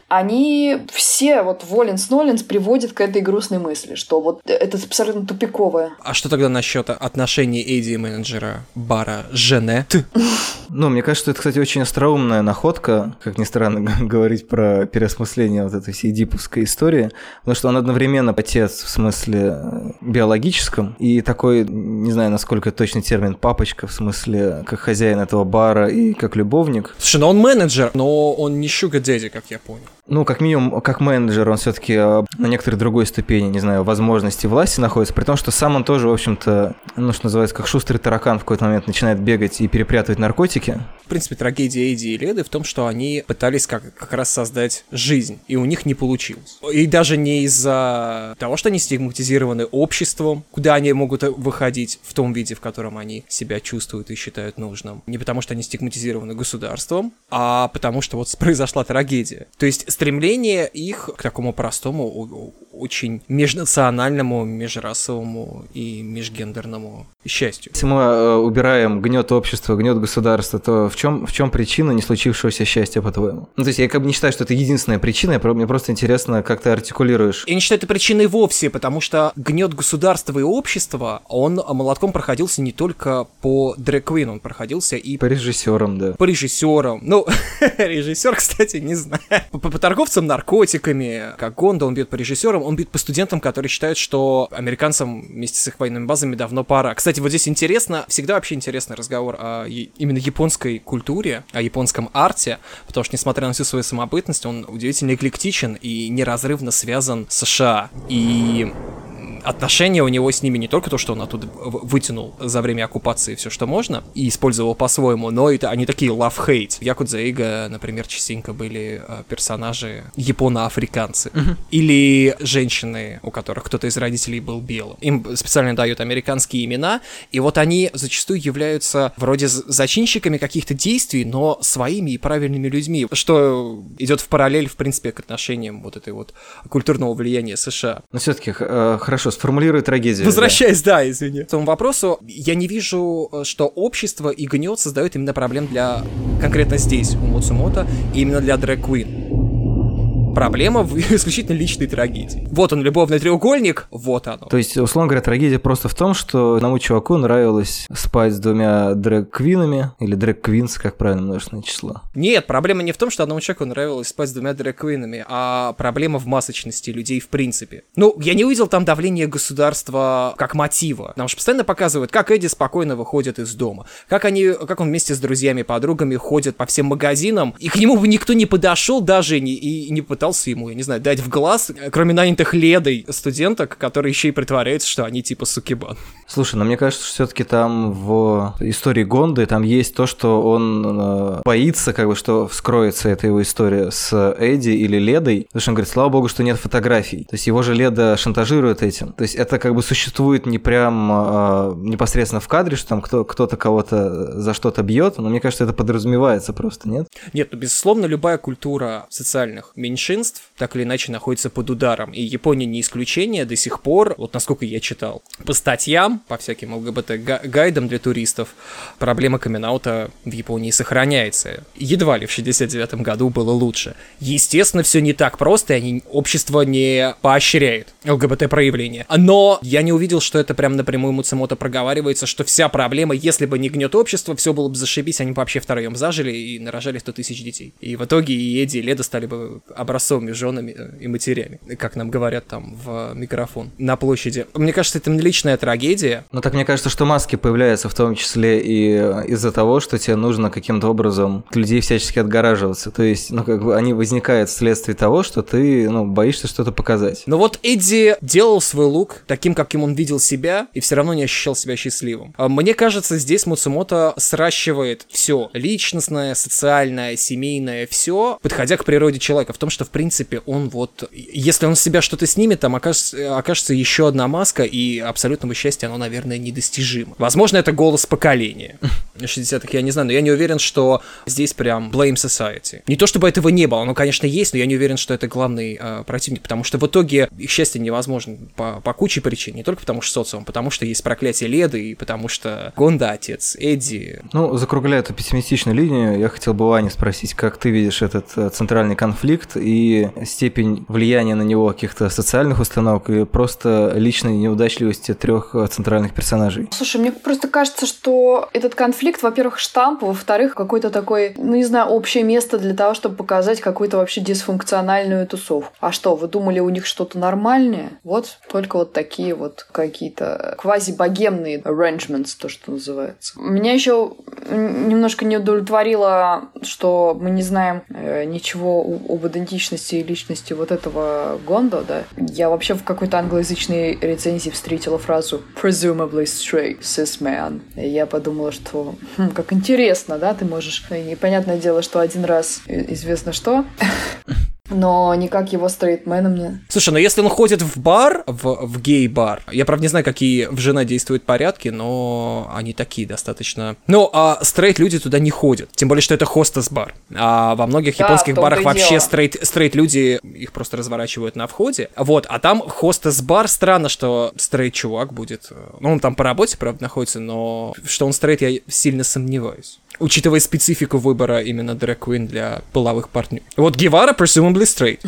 B: они все, вот Воленс-Ноленс приводят к этой грустной мысли, что вот это абсолютно тупиковое.
C: А что тогда насчет отношений Эдди и менеджера бара Жене?
A: Ну, мне кажется, что это, кстати, очень остроумная находка, как ни странно говорить про переосмысление вот этой всей диповской истории, потому что он одновременно отец в смысле биологическом и такой, не знаю, насколько точный термин, папочка, в смысле, как хозяин этого бара и как любовник.
C: Слушай, ну он менеджер, но он не sugar-daddy, как я понял.
A: Ну, как минимум, как менеджер, он все-таки на некоторой другой ступени, не знаю, возможности власти находится, при том, что сам он тоже, в общем-то, ну, что называется, как шустрый таракан в какой-то момент начинает бегать и перепрятывать наркотики.
C: В принципе, трагедия Эдди и Леды в том, что они пытались как раз создать жизнь, и у них не получилось. И даже не из-за того, что они стигматизированы обществом, куда они могут выходить в том виде, в котором они себя чувствуют и считают нужным. Не потому, что они стигматизированы государством, а потому, что вот произошла трагедия. То есть стремление их к такому простому, очень межнациональному, межрасовому и межгендерному счастью.
A: Если мы убираем гнет общества, гнет государства, то в чем причина не случившегося счастья, по-твоему? Ну, то есть я как бы не считаю, что это единственная причина, мне просто интересно, как ты артикулируешь.
C: Я не считаю это причиной вовсе, потому что гнет государства и общества, он молотком проходился не только по дрэг-квин, он проходился и
A: по режиссерам, да.
C: По режиссерам. Ну, режиссер, кстати, не знаю. По торговцам наркотиками, как Гондо, он бьет по режиссерам, он бьет по студентам, которые считают, что американцам вместе с их военными базами давно пора. Кстати, вот здесь интересно, всегда вообще интересный разговор о именно японской культуре, о японском арте, потому что, несмотря на всю свою самобытность, он удивительно эклектичен и неразрывно связан с США. И отношения у него с ними не только то, что он оттуда вытянул за время оккупации все, что можно, и использовал по-своему, но это они такие love-hate. В Якудзе Эйго, например, частенько были персонажи японо-африканцы. Или женщины, у которых кто-то из родителей был белым. Им специально дают американские имена, и вот они зачастую являются вроде зачинщиками каких-то действий, но своими и правильными людьми, что идет в параллель, в принципе, к отношениям вот этой вот культурного влияния США.
A: Но все-таки хорошо, сформулируй трагедию.
C: Возвращаясь, да, извини. К тому вопросу, я не вижу, что общество и гнет создают именно проблем для, конкретно здесь, у Мацумото, и именно для дрэг-квин. Проблема в исключительно личной трагедии. Вот он, любовный треугольник, вот оно.
A: То есть, условно говоря, трагедия просто в том, что одному чуваку нравилось спать с двумя дрэг-квинами, или дрэг-квинс, как правильно множественное число.
C: Нет, проблема не в том, что одному человеку нравилось спать с двумя дрэг-квинами, а проблема в масочности людей в принципе. Ну, я не увидел там давление государства как мотива. Нам же постоянно показывают, как Эдди спокойно выходит из дома, как он вместе с друзьями, подругами ходит по всем магазинам, и к нему бы никто не подошел даже и не пытался ему, я не знаю, дать в глаз, кроме нанятых Ледой студенток, которые еще и притворяются, что они типа сукебан.
A: Слушай, но мне кажется, что все-таки там в истории Гонды там есть то, что он боится, как бы, что вскроется эта его история с Эдди или Ледой, потому что он говорит, слава богу, что нет фотографий. То есть его же Леда шантажирует этим. То есть это как бы существует не прям непосредственно в кадре, что там кто-то кого-то за что-то бьет, но мне кажется, это подразумевается просто, нет?
C: Нет, ну, безусловно, любая культура социальных меньшинств так или иначе находится под ударом, и Япония не исключение до сих пор, вот насколько я читал, по статьям, по всяким ЛГБТ-гайдам для туристов, проблема камин-аута в Японии сохраняется. Едва ли в 69-м году было лучше. Естественно, все не так просто, и общество не поощряет ЛГБТ-проявления. Но я не увидел, что это прям напрямую Мацумото проговаривается, что вся проблема, если бы не гнет общества, все было бы зашибись, они бы вообще втроем зажили и нарожали 100 тысяч детей. И в итоге и Эдди, и Леда стали бы образцовыми женами и матерями, как нам говорят там в микрофон на площади. Мне кажется, это личная трагедия.
A: Ну так мне кажется, что маски появляются в том числе и из-за того, что тебе нужно каким-то образом от людей всячески отгораживаться. То есть, ну как бы они возникают вследствие того, что ты, боишься что-то показать.
C: Но вот Эдди делал свой лук таким, каким он видел себя, и все равно не ощущал себя счастливым. Мне кажется, здесь Мацумото сращивает все личностное, социальное, семейное, все, подходя к природе человека, в том, что в принципе он вот, если он с себя что-то снимет, там окажется еще одна маска, и абсолютного счастья оно, наверное, недостижимо. Возможно, это голос поколения 60-х, я не знаю, но я не уверен, что здесь прям blame society. Не то чтобы этого не было, оно, конечно, есть, но я не уверен, что это главный противник, потому что в итоге их счастье невозможно по куче причин, не только потому что социум, потому что есть проклятие Леды, и потому что Гонда отец, Эдди.
A: Закругляя эту пессимистичную линию, я хотел бы у Ани спросить, как ты видишь этот центральный конфликт и степень влияния на него каких-то социальных установок и просто личной неудачливости трех центральных персонажей?
B: Слушай, мне просто кажется, что этот конфликт, во-первых, штамп, во-вторых, какой-то такой, общее место для того, чтобы показать какую-то вообще дисфункциональную тусовку. А что, вы думали, у них что-то нормальное? Вот только вот такие вот какие-то квази-богемные arrangements, то, что называется. Меня еще немножко не удовлетворило, что мы не знаем ничего об идентичности и личности вот этого Гондо, да. Я вообще в какой-то англоязычной рецензии встретила фразу «presumably straight cis man». И я подумала, что как интересно, да, ты можешь... И понятное дело, что один раз известно что... Но никак его стрейтменом не...
C: Слушай, но если он ходит в бар, в гей-бар, я, правда, не знаю, какие в «Жена» действуют порядки, но они такие достаточно... Ну, а стрейт-люди туда не ходят, тем более, что это хостес-бар. А во многих японских барах вообще стрейт-люди, их просто разворачивают на входе. Вот, а там хостес-бар, странно, что стрейт-чувак будет... Ну, он там по работе, правда, находится, но что он стрейт, я сильно сомневаюсь. Учитывая специфику выбора именно дрэг-квин для половых партнеров. Вот Гевара, presumably straight.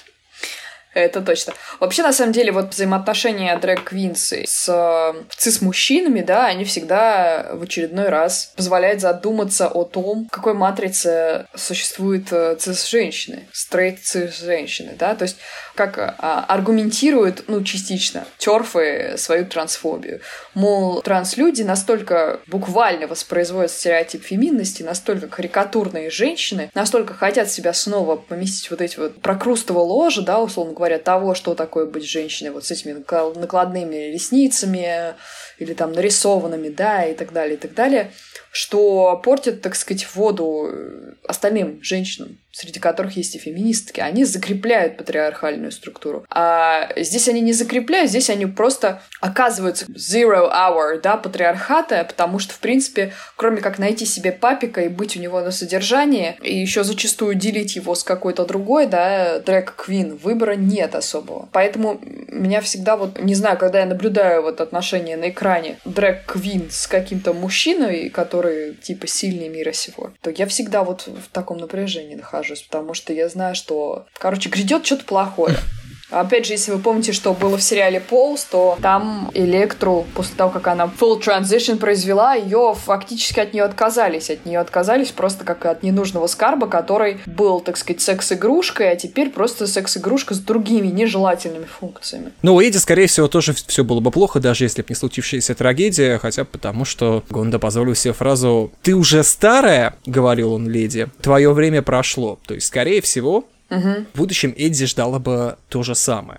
B: Это точно. Вообще, на самом деле, вот взаимоотношения дрэг-квинс с цис-мужчинами, да, они всегда в очередной раз позволяют задуматься о том, в какой матрице существуют цис-женщины, стрейт-цис-женщины, да, то есть как аргументируют, ну, частично, тёрфы свою трансфобию. Мол, транслюди настолько буквально воспроизводят стереотип феминности, настолько карикатурные женщины, настолько хотят себя снова поместить вот эти вот прокрустово ложе, да, условно говоря, того, что такое быть женщиной, вот с этими накладными ресницами или там нарисованными, да, и так далее, что портят, так сказать, воду остальным женщинам, среди которых есть и феминистки. Они закрепляют патриархальную структуру. А здесь они не закрепляют, здесь они просто оказываются zero hour, да, патриархата, потому что, в принципе, кроме как найти себе папика и быть у него на содержании, и еще зачастую делить его с какой-то другой, да, дрэг-квин, выбора нет особого. Поэтому меня всегда вот, не знаю, когда я наблюдаю вот отношения на экране дрэг-квин с каким-то мужчиной, который типа сильнее мира сего, то я всегда вот в таком напряжении нахожусь, потому что я знаю, что, короче, грядет что-то плохое. Опять же, если вы помните, что было в сериале «Pose», то там Электру, после того, как она full transition произвела, ее фактически от нее отказались просто как от ненужного скарба, который был, так сказать, секс-игрушкой, а теперь просто секс-игрушка с другими нежелательными функциями.
C: Ну, у Эдди, скорее всего, тоже все было бы плохо, даже если бы не случившаяся трагедия, хотя бы потому, что Гонда позволил себе фразу «Ты уже старая», — говорил он леди, — «твое время прошло». То есть, скорее всего, в будущем Эдди ждала бы то же самое.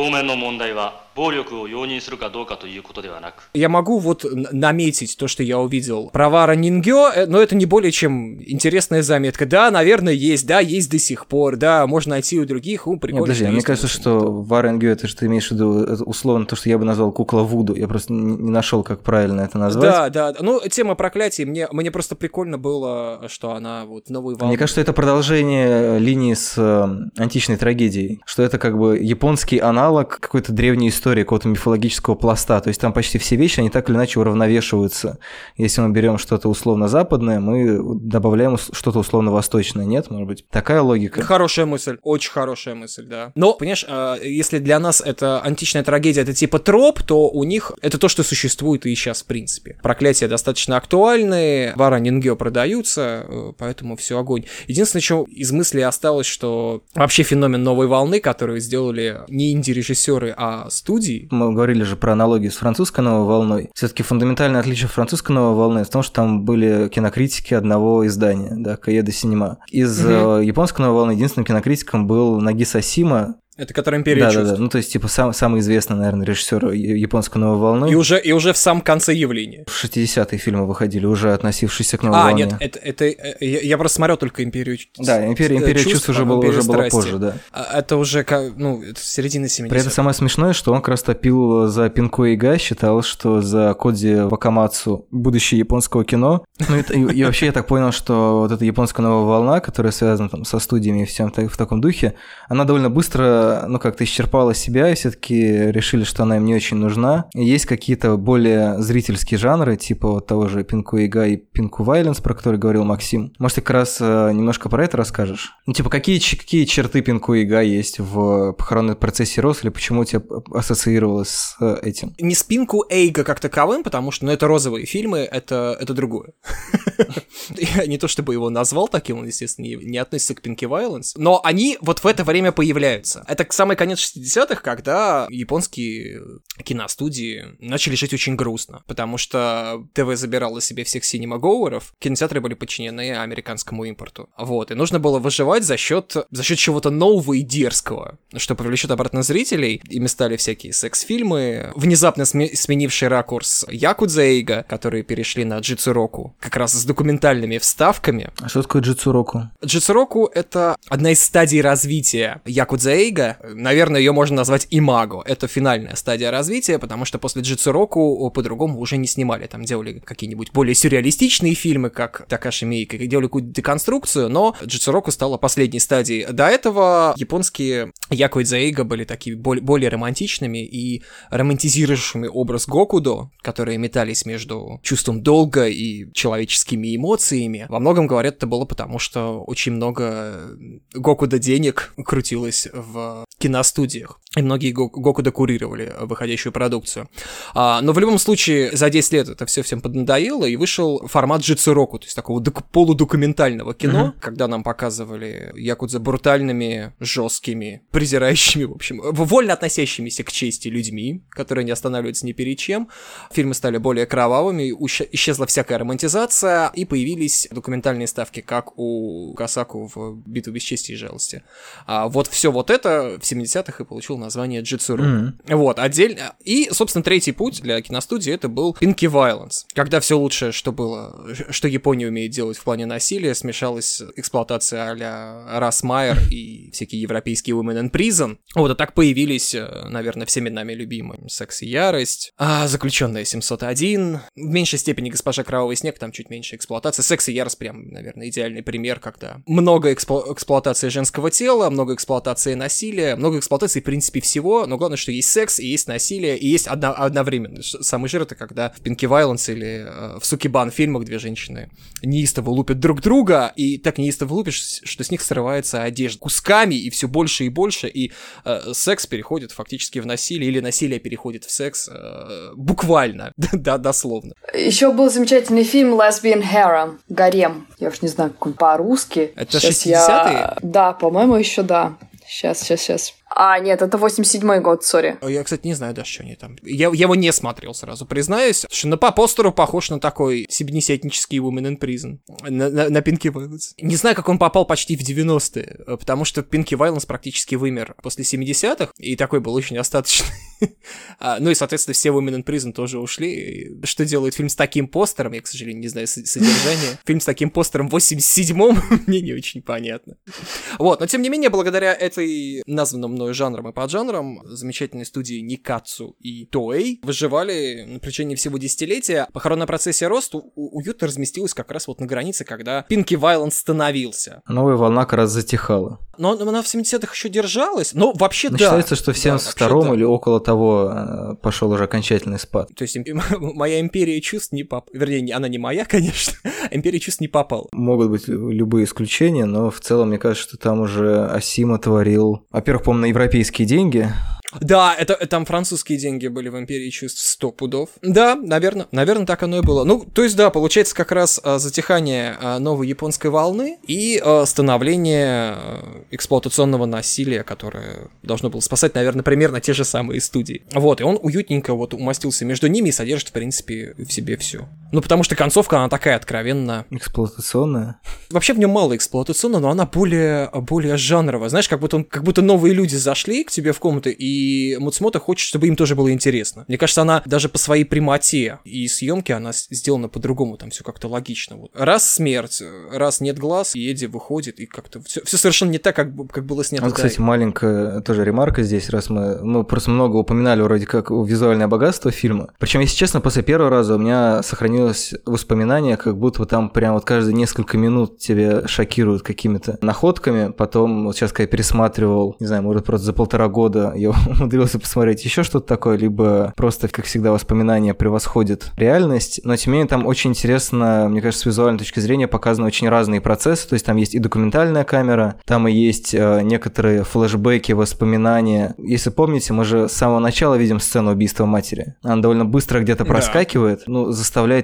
C: Я могу вот наметить то, что я увидел про Вара Нингё, но это не более чем интересная заметка. Да, наверное, есть до сих пор, да, можно найти у других, прикольно.
A: Подожди, мне кажется, что Вара Нингё, это же ты имеешь в виду условно то, что я бы назвал кукла Вуду, я просто не нашел, как правильно это назвать.
C: Да, ну, тема проклятий, мне просто прикольно было, что она вот новый волны.
A: Мне кажется, это продолжение линии с античной трагедией, что это как бы японский аналог какой-то древней истории, какого-то мифологического пласта, то есть там почти все вещи, они так или иначе уравновешиваются. Если мы берем что-то условно-западное, мы добавляем что-то условно-восточное, нет, может быть? Такая логика.
C: Хорошая мысль, очень хорошая мысль, да. Но, понимаешь, если для нас это античная трагедия, это типа троп, то у них это то, что существует и сейчас, в принципе. Проклятия достаточно актуальны, Вара Нингё продаются, поэтому все огонь. Единственное, что из мысли осталось, что вообще феномен новой волны, которую сделали не инди-режиссеры, а студии.
A: Мы говорили же про аналогию с французской новой волной. Все-таки фундаментальное отличие французской новой волны в том, что там были кинокритики одного издания, да, Каеда Синема. Из японской новой волны единственным кинокритиком был Нагиса Сима.
C: Это который «Империя чувств».
A: Да. Ну, то есть, типа, самый известный, наверное, режиссер японской новой волны.
C: И уже в самом конце явления.
A: В 60-е фильмы выходили, уже относившиеся к новой волне.
C: Нет, это я просто смотрел только «Империю чувств».
A: Да, «Империя чувств» уже была позже, да.
C: Это уже, это середина 70-х.
A: При этом самое смешное, что он как раз топил за Пинко Ига, считал, что за Кодзи Вакамацу будущее японского кино. Ну, и вообще я так понял, что вот эта японская новая волна, которая связана там со студиями и всем в таком духе, она довольно быстро, как-то исчерпала себя, и все-таки решили, что она им не очень нужна. И есть какие-то более зрительские жанры, типа вот того же Пинку Ига и Пинку Вайленс, про который говорил Максим. Может, ты как раз немножко про это расскажешь? Ну, типа, какие черты Пинку Ига есть в похоронной процессии Рос, или почему у тебя ассоциировалось с этим?
C: Не с Пинку Эйга как таковым, потому что, это розовые фильмы, это другое. Я не то чтобы его назвал таким, он, естественно, не относится к Пинки Вайленс, но они вот в это время появляются. Это самый конец 60-х, когда японские киностудии начали жить очень грустно, потому что ТВ забирало себе всех синемаговеров, кинотеатры были подчинены американскому импорту. Вот, и нужно было выживать за счет чего-то нового и дерзкого, что привлечет обратно зрителей. Ими стали всякие секс-фильмы, внезапно сменивший ракурс Якудза-эйга, которые перешли на джитсуроку, как раз с документальными вставками.
A: А что такое джитсуроку?
C: Джитсуроку — это одна из стадий развития Якудза-эйга. Наверное, ее можно назвать имаго. Это финальная стадия развития, потому что после джитсуроку по-другому уже не снимали. Там делали какие-нибудь более сюрреалистичные фильмы, как Такаши Миike, делали какую-то деконструкцию, но джитсуроку стала последней стадией. До этого японские Якудза-эйга были такими более романтичными и романтизирующими образ Гокудо, которые метались между чувством долга и человеческими эмоциями. Во многом, говорят, это было потому, что очень много Гокудо денег крутилось в киностудиях, и многие Гокудо курировали выходящую продукцию. Но в любом случае, за 10 лет это все всем поднадоело, и вышел формат джитсуроку, то есть такого полудокументального кино, когда нам показывали якудза брутальными, жесткими, презирающими, в общем, вольно относящимися к чести людьми, которые не останавливаются ни перед чем. Фильмы стали более кровавыми, исчезла всякая романтизация, и появились документальные ставки, как у Касаку в «Битву без чести и жалости». Вот все вот это в 70-х и получил название джитсуроку. Вот, отдельно. И, собственно, третий путь для киностудии — это был Pinky Violence, когда все лучшее, что было, что Япония умеет делать в плане насилия, смешалась эксплуатация а-ля Рас Майер и всякие европейские Women in Prison. Вот, а так появились, наверное, всеми нами любимые «Секс и ярость», «Заключенная 701», в меньшей степени «Госпожа Кровавый снег», там чуть меньше эксплуатации. «Секс и ярость» прям, наверное, идеальный пример, когда много эксплуатации женского тела, много эксплуатации насилия, много эксплуатации, в принципе, всего, но главное, что есть секс, и есть насилие, и есть одновременно. Самый жир — это когда в Pinky Violence или в Сукибан фильмах две женщины неистово лупят друг друга, и так неистово лупишь, что с них срывается одежда кусками, и все больше и больше, и секс переходит фактически в насилие, или насилие переходит в секс буквально, да, дословно.
B: Еще был замечательный фильм «Lesbian Harem», «Гарем». Я уж не знаю, как он по-русски.
C: Это 60-е?
B: Да, по-моему, еще да. Сейчас. Нет, это 87-й год, сори.
C: Я, кстати, не знаю даже, что они там. Я его не смотрел, сразу признаюсь. Что по постеру похож на такой себедесятнический Women in Prison. На Pinky Violence. Не знаю, как он попал почти в 90-е, потому что Pinky Violence практически вымер после 70-х, и такой был очень остаточный. Ну и, соответственно, все Women in Prison тоже ушли. Что делает фильм с таким постером? Я, к сожалению, не знаю содержание. Фильм с таким постером в 87-м мне не очень понятно. Вот, но тем не менее, благодаря этой названным мною жанром и поджанром замечательные студии Никатсу и Toei выживали на протяжении всего десятилетия. Похоронная процессия рост уютно разместилась как раз вот на границе, когда Pinky Violence становился.
A: Новая волна как раз затихала.
C: Но она в 70-х еще держалась, но вообще да.
A: Считается, что в 72-м или около того пошел уже окончательный спад.
C: То есть моя империя чувств не попала. Вернее, она не моя, конечно. Империя чувств не попала.
A: Могут быть любые исключения, но в целом, мне кажется, что там уже Асима творил, во-первых, по-моему, на европейские деньги.
C: Да, это там французские деньги были в «Империи чувств» 100 пудов. Да, наверное, так оно и было. Ну, то есть, да, получается как раз затихание новой японской волны и становление эксплуатационного насилия, которое должно было спасать, наверное, примерно те же самые студии. Вот, и он уютненько вот умостился между ними и содержит, в принципе, в себе все. Ну, потому что концовка, она такая откровенно...
A: Эксплуатационная?
C: Вообще в нем мало эксплуатационного, но она более жанровая. Знаешь, как будто новые люди зашли к тебе в комнату, и Муцумото хочет, чтобы им тоже было интересно. Мне кажется, она даже по своей прямоте и съемке она сделана по-другому, там все как-то логично. Вот. Раз смерть, раз нет глаз, и Эдди выходит, и как-то все совершенно не так, как было снято.
A: Вот, кстати, маленькая тоже ремарка здесь, раз мы просто много упоминали вроде как визуальное богатство фильма. Причем, если честно, после первого раза у меня сохранилось воспоминание, как будто там прям вот каждые несколько минут тебя шокируют какими-то находками. Потом, вот сейчас, когда я пересматривал, не знаю, может, просто за 1,5 года я умудрился посмотреть еще что-то такое, либо просто, как всегда, воспоминания превосходят реальность. Но, тем не менее, там очень интересно, мне кажется, с визуальной точки зрения показаны очень разные процессы. То есть там есть и документальная камера, там и есть некоторые флешбеки, воспоминания. Если помните, мы же с самого начала видим сцену убийства матери. Она довольно быстро где-то проскакивает, заставляет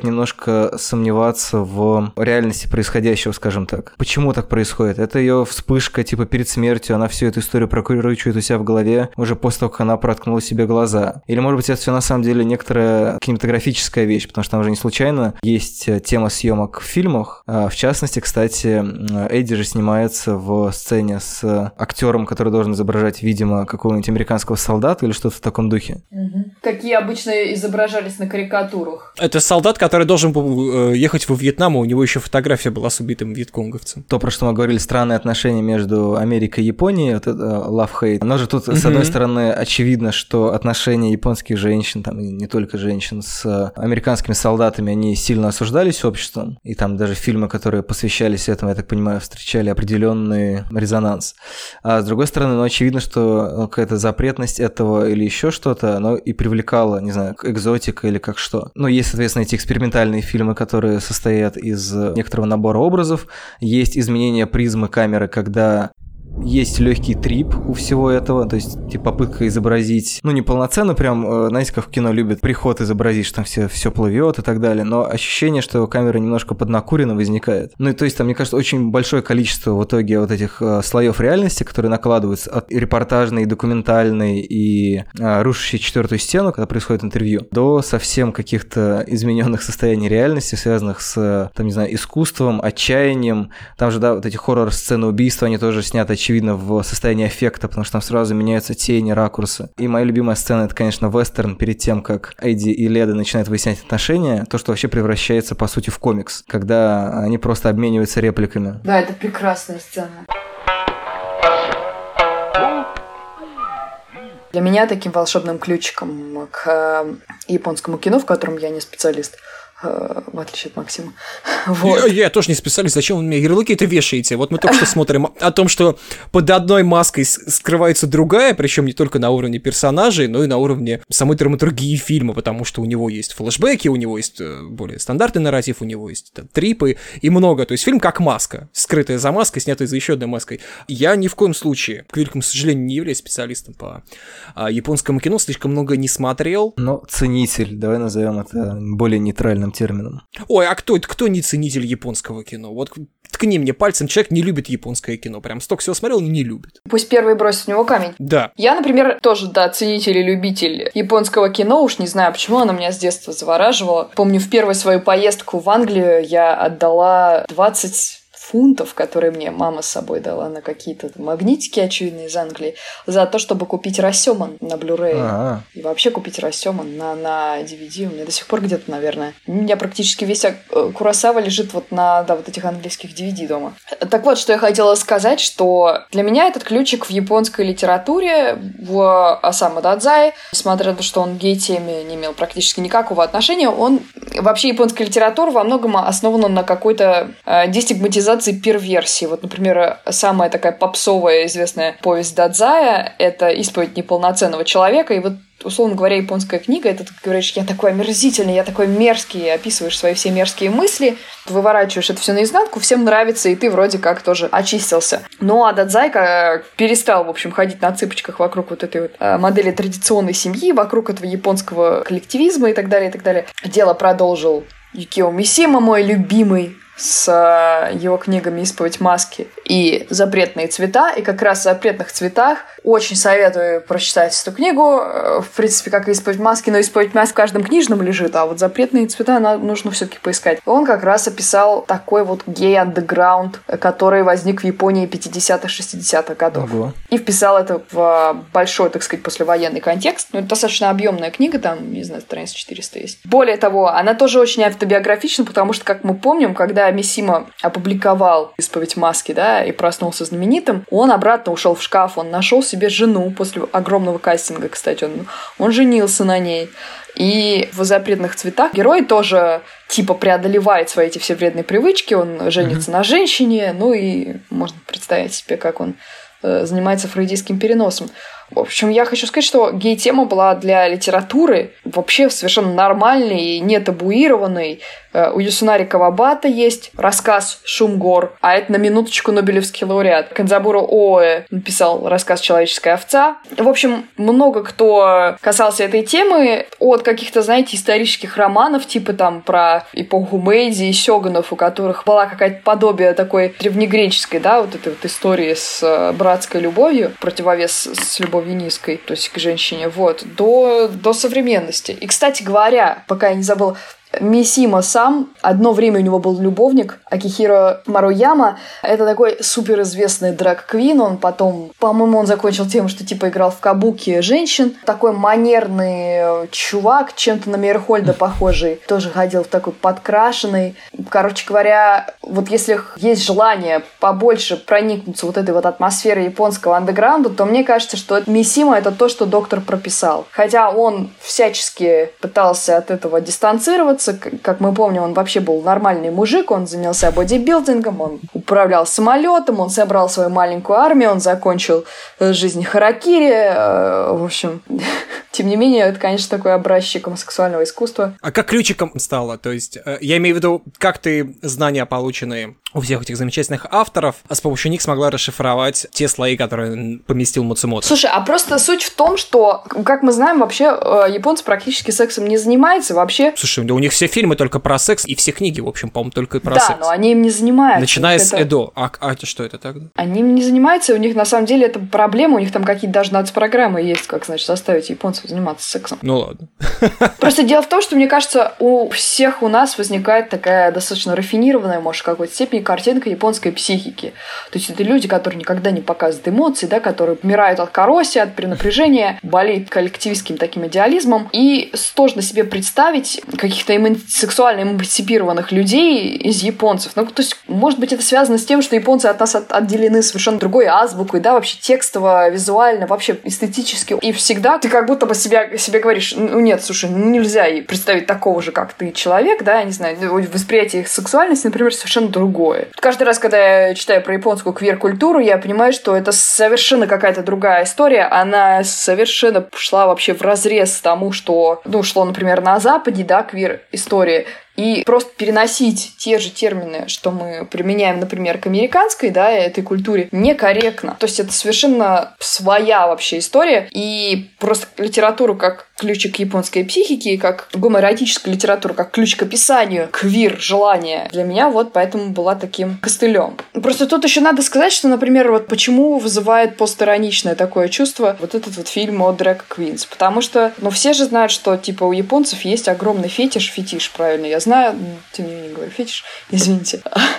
A: немножко сомневаться в реальности происходящего, скажем так. Почему так происходит? Это ее вспышка, типа, перед смертью, она всю эту историю прокручивает у себя в голове уже после того, как она проткнула себе глаза. Или, может быть, это все на самом деле некоторая кинематографическая вещь, потому что там уже не случайно есть тема съемок в фильмах. В частности, кстати, Эдди же снимается в сцене с актером, который должен изображать, видимо, какого-нибудь американского солдата или что-то в таком духе.
B: Какие обычно изображались на карикатурах.
C: Это солдат, который должен был ехать во Вьетнам, а у него еще фотография была с убитым вьетконговцем.
A: То, про что мы говорили, странные отношения между Америкой и Японией, вот это love-hate. Но же тут, с одной стороны, очевидно, что отношения японских женщин, там, и не только женщин, с американскими солдатами, они сильно осуждались обществом. И там даже фильмы, которые посвящались этому, я так понимаю, встречали определенный резонанс. А с другой стороны, очевидно, что какая-то запретность этого или еще что-то, оно и привлекало, не знаю, экзотика или как что. Ну, есть, соответственно, эти экспериментальные фильмы, которые состоят из некоторого набора образов. Есть изменение призмы камеры, когда есть легкий трип у всего этого, то есть типа попытка изобразить, ну не полноценно прям, знаете, как в кино любят приход изобразить, что там все плывет и так далее, но ощущение, что камера немножко поднакурена возникает. Ну и то есть там, мне кажется, очень большое количество в итоге вот этих слоев реальности, которые накладываются от репортажной, документальной и рушащей четвертую стену, когда происходит интервью, до совсем каких-то измененных состояний реальности, связанных с, там, не знаю, искусством, отчаянием. Там же, да, вот эти хоррор-сцены убийства, они тоже сняты, очевидно, в состоянии эффекта, потому что там сразу меняются тени, ракурсы. И моя любимая сцена — это, конечно, вестерн перед тем, как Эдди и Леда начинают выяснять отношения, то, что вообще превращается, по сути, в комикс, когда они просто обмениваются репликами.
B: Да, это прекрасная сцена. Для меня таким волшебным ключиком к японскому кино, в котором я не специалист, в отличие от Максима. Вот.
C: Я тоже не специалист, зачем вы мне ярлыки-то вешаете? Вот мы только что смотрим о том, что под одной маской скрывается другая, причем не только на уровне персонажей, но и на уровне самой драматургии фильма, потому что у него есть флешбеки, у него есть более стандартный нарратив, у него есть там, трипы и много. То есть фильм как маска, скрытая за маской, снятая за еще одной маской. Я ни в коем случае, к великому сожалению, не являюсь специалистом по японскому кино, слишком много не смотрел.
A: Но ценитель, давай назовем это более нейтральным термином.
C: Ой, а кто не ценитель японского кино? Вот ткни мне пальцем, человек не любит японское кино. Прям столько всего смотрел, но не любит.
B: Пусть первый бросит в него камень.
C: Да.
B: Я, например, тоже, да, ценитель и любитель японского кино. Уж не знаю, почему оно меня с детства завораживало. Помню, в первую свою поездку в Англию я отдала 20 фунтов, которые мне мама с собой дала на какие-то магнитики, очевидно, из Англии, за то, чтобы купить Рассёман на Blu-ray. И вообще купить Рассёман на DVD. У меня до сих пор где-то, наверное. У меня практически весь Куросава лежит вот на, да, вот этих английских DVD дома. Так вот, что я хотела сказать, что для меня этот ключик в японской литературе, в Осаму Дадзай, несмотря на то, что он к гей-теме не имел практически никакого отношения, он вообще японская литература во многом основана на какой-то дестигматизации перверсии. Вот, например, самая такая попсовая известная повесть Дадзая — это «Исповедь неполноценного человека», и вот, условно говоря, японская книга — это ты говоришь: я такой омерзительный, я такой мерзкий, описываешь свои все мерзкие мысли, выворачиваешь это все наизнанку, всем нравится, и ты вроде как тоже очистился. Ну, а Дадзайка перестал, в общем, ходить на цыпочках вокруг вот этой вот модели традиционной семьи, вокруг этого японского коллективизма и так далее, и так далее. Дело продолжил Юкио Мисима, мой любимый, с его книгами «Исповедь маски» и «Запретные цвета». И как раз в «Запретных цветах» очень советую прочитать эту книгу. В принципе, как и «Исповедь маски», но «Исповедь маски» в каждом книжном лежит, а вот «Запретные цвета» нужно все-таки поискать. Он как раз описал такой вот гей-андеграунд, который возник в Японии 50-х, 60-х годов. Ого. И вписал это в большой, так сказать, послевоенный контекст. Ну, это достаточно объемная книга, там, не знаю, страниц 400 есть. Более того, она тоже очень автобиографична, потому что, как мы помним, когда Мисима опубликовал «Исповедь маски», да, и проснулся знаменитым, он обратно ушел в шкаф, он нашел себе жену после огромного кастинга, кстати, он женился на ней. И в «Запретных цветах» герой тоже типа преодолевает свои эти все вредные привычки, он женится на женщине, ну и можно представить себе, как он занимается фрейдистским переносом. В общем, я хочу сказать, что гей-тема была для литературы вообще совершенно нормальной и не табуированной. У Юсунари Кавабата есть рассказ «Шум гор», а это на минуточку Нобелевский лауреат. Канзабуро Оэ написал рассказ «Человеческая овца». В общем, много кто касался этой темы от каких-то, знаете, исторических романов, типа там про эпоху Мэйдзи и сёгунов, у которых была какая-то подобие такой древнегреческой, да, вот этой вот истории с братской любовью, противовес с любовью низкой, то есть к женщине, вот, до современности. И, кстати говоря, пока я не забыла, Мисима сам, одно время у него был любовник, Акихиро Маруяма. Это такой суперизвестный драг-квин. Он потом, по-моему, он закончил тем, что типа играл в кабуки женщин. Такой манерный чувак, чем-то на Мейерхольда похожий. Тоже ходил в такой подкрашенный. Короче говоря, вот если есть желание побольше проникнуться вот этой вот атмосферой японского андеграунда, то мне кажется, что Мисима — это то, что доктор прописал. Хотя он всячески пытался от этого дистанцироваться. Как мы помним, он вообще был нормальный мужик, он занялся бодибилдингом, он управлял самолетом, он собрал свою маленькую армию, он закончил жизнь харакири. В общем, тем не менее, это, конечно, такой образчик сексуального искусства.
C: А как ключиком стало? То есть, я имею в виду, как ты знания, полученные у всех этих замечательных авторов, а с помощью них смогла расшифровать те слои, которые поместил Мацумото.
B: Слушай, а просто суть в том, что, как мы знаем, вообще японцы практически сексом не занимаются вообще.
C: Слушай, да у них все фильмы только про секс, и все книги, в общем, по-моему, только про секс.
B: Да, но они им не занимаются.
C: Начиная с Эдо. А это что это тогда?
B: Они им не занимаются, у них на самом деле это проблема, у них там какие-то даже нацпрограммы есть, как, значит, заставить японцев заниматься сексом.
C: Ну ладно.
B: Просто дело в том, что, мне кажется, у всех у нас возникает такая достаточно рафинированная, может, в какой-то степени картинка японской психики. То есть это люди, которые никогда не показывают эмоции, да, которые помирают от кароси, от перенапряжения, болеют коллективистским таким идеализмом. И сложно себе представить каких-то сексуально эмансипированных людей из японцев. Ну, то есть, может быть, это связано с тем, что японцы от нас отделены совершенно другой азбукой, да, вообще текстово, визуально, вообще эстетически. И всегда ты как будто бы себе говоришь, ну нет, слушай, ну нельзя представить такого же, как ты, человек, да, я не знаю, восприятие их сексуальности, например, совершенно другое. Каждый раз, когда я читаю про японскую квир-культуру, я понимаю, что это совершенно какая-то другая история, она совершенно шла вообще вразрез тому, что, ну, шло, например, на Западе, да, квир-история. И просто переносить те же термины, что мы применяем, например, к американской, да, этой культуре, некорректно. То есть это совершенно своя вообще история. И просто литературу как ключик к японской психике, как гомоэротическая литература, как ключ к описанию квир желания, для меня вот поэтому была таким костылем. Просто тут еще надо сказать, что, например, вот почему вызывает постироничное такое чувство вот этот вот фильм о Drag Queens. Потому что, ну, все же знают, что, типа, у японцев есть огромный фетиш, правильно, я знаю, тем не менее говорю фетиш, извините,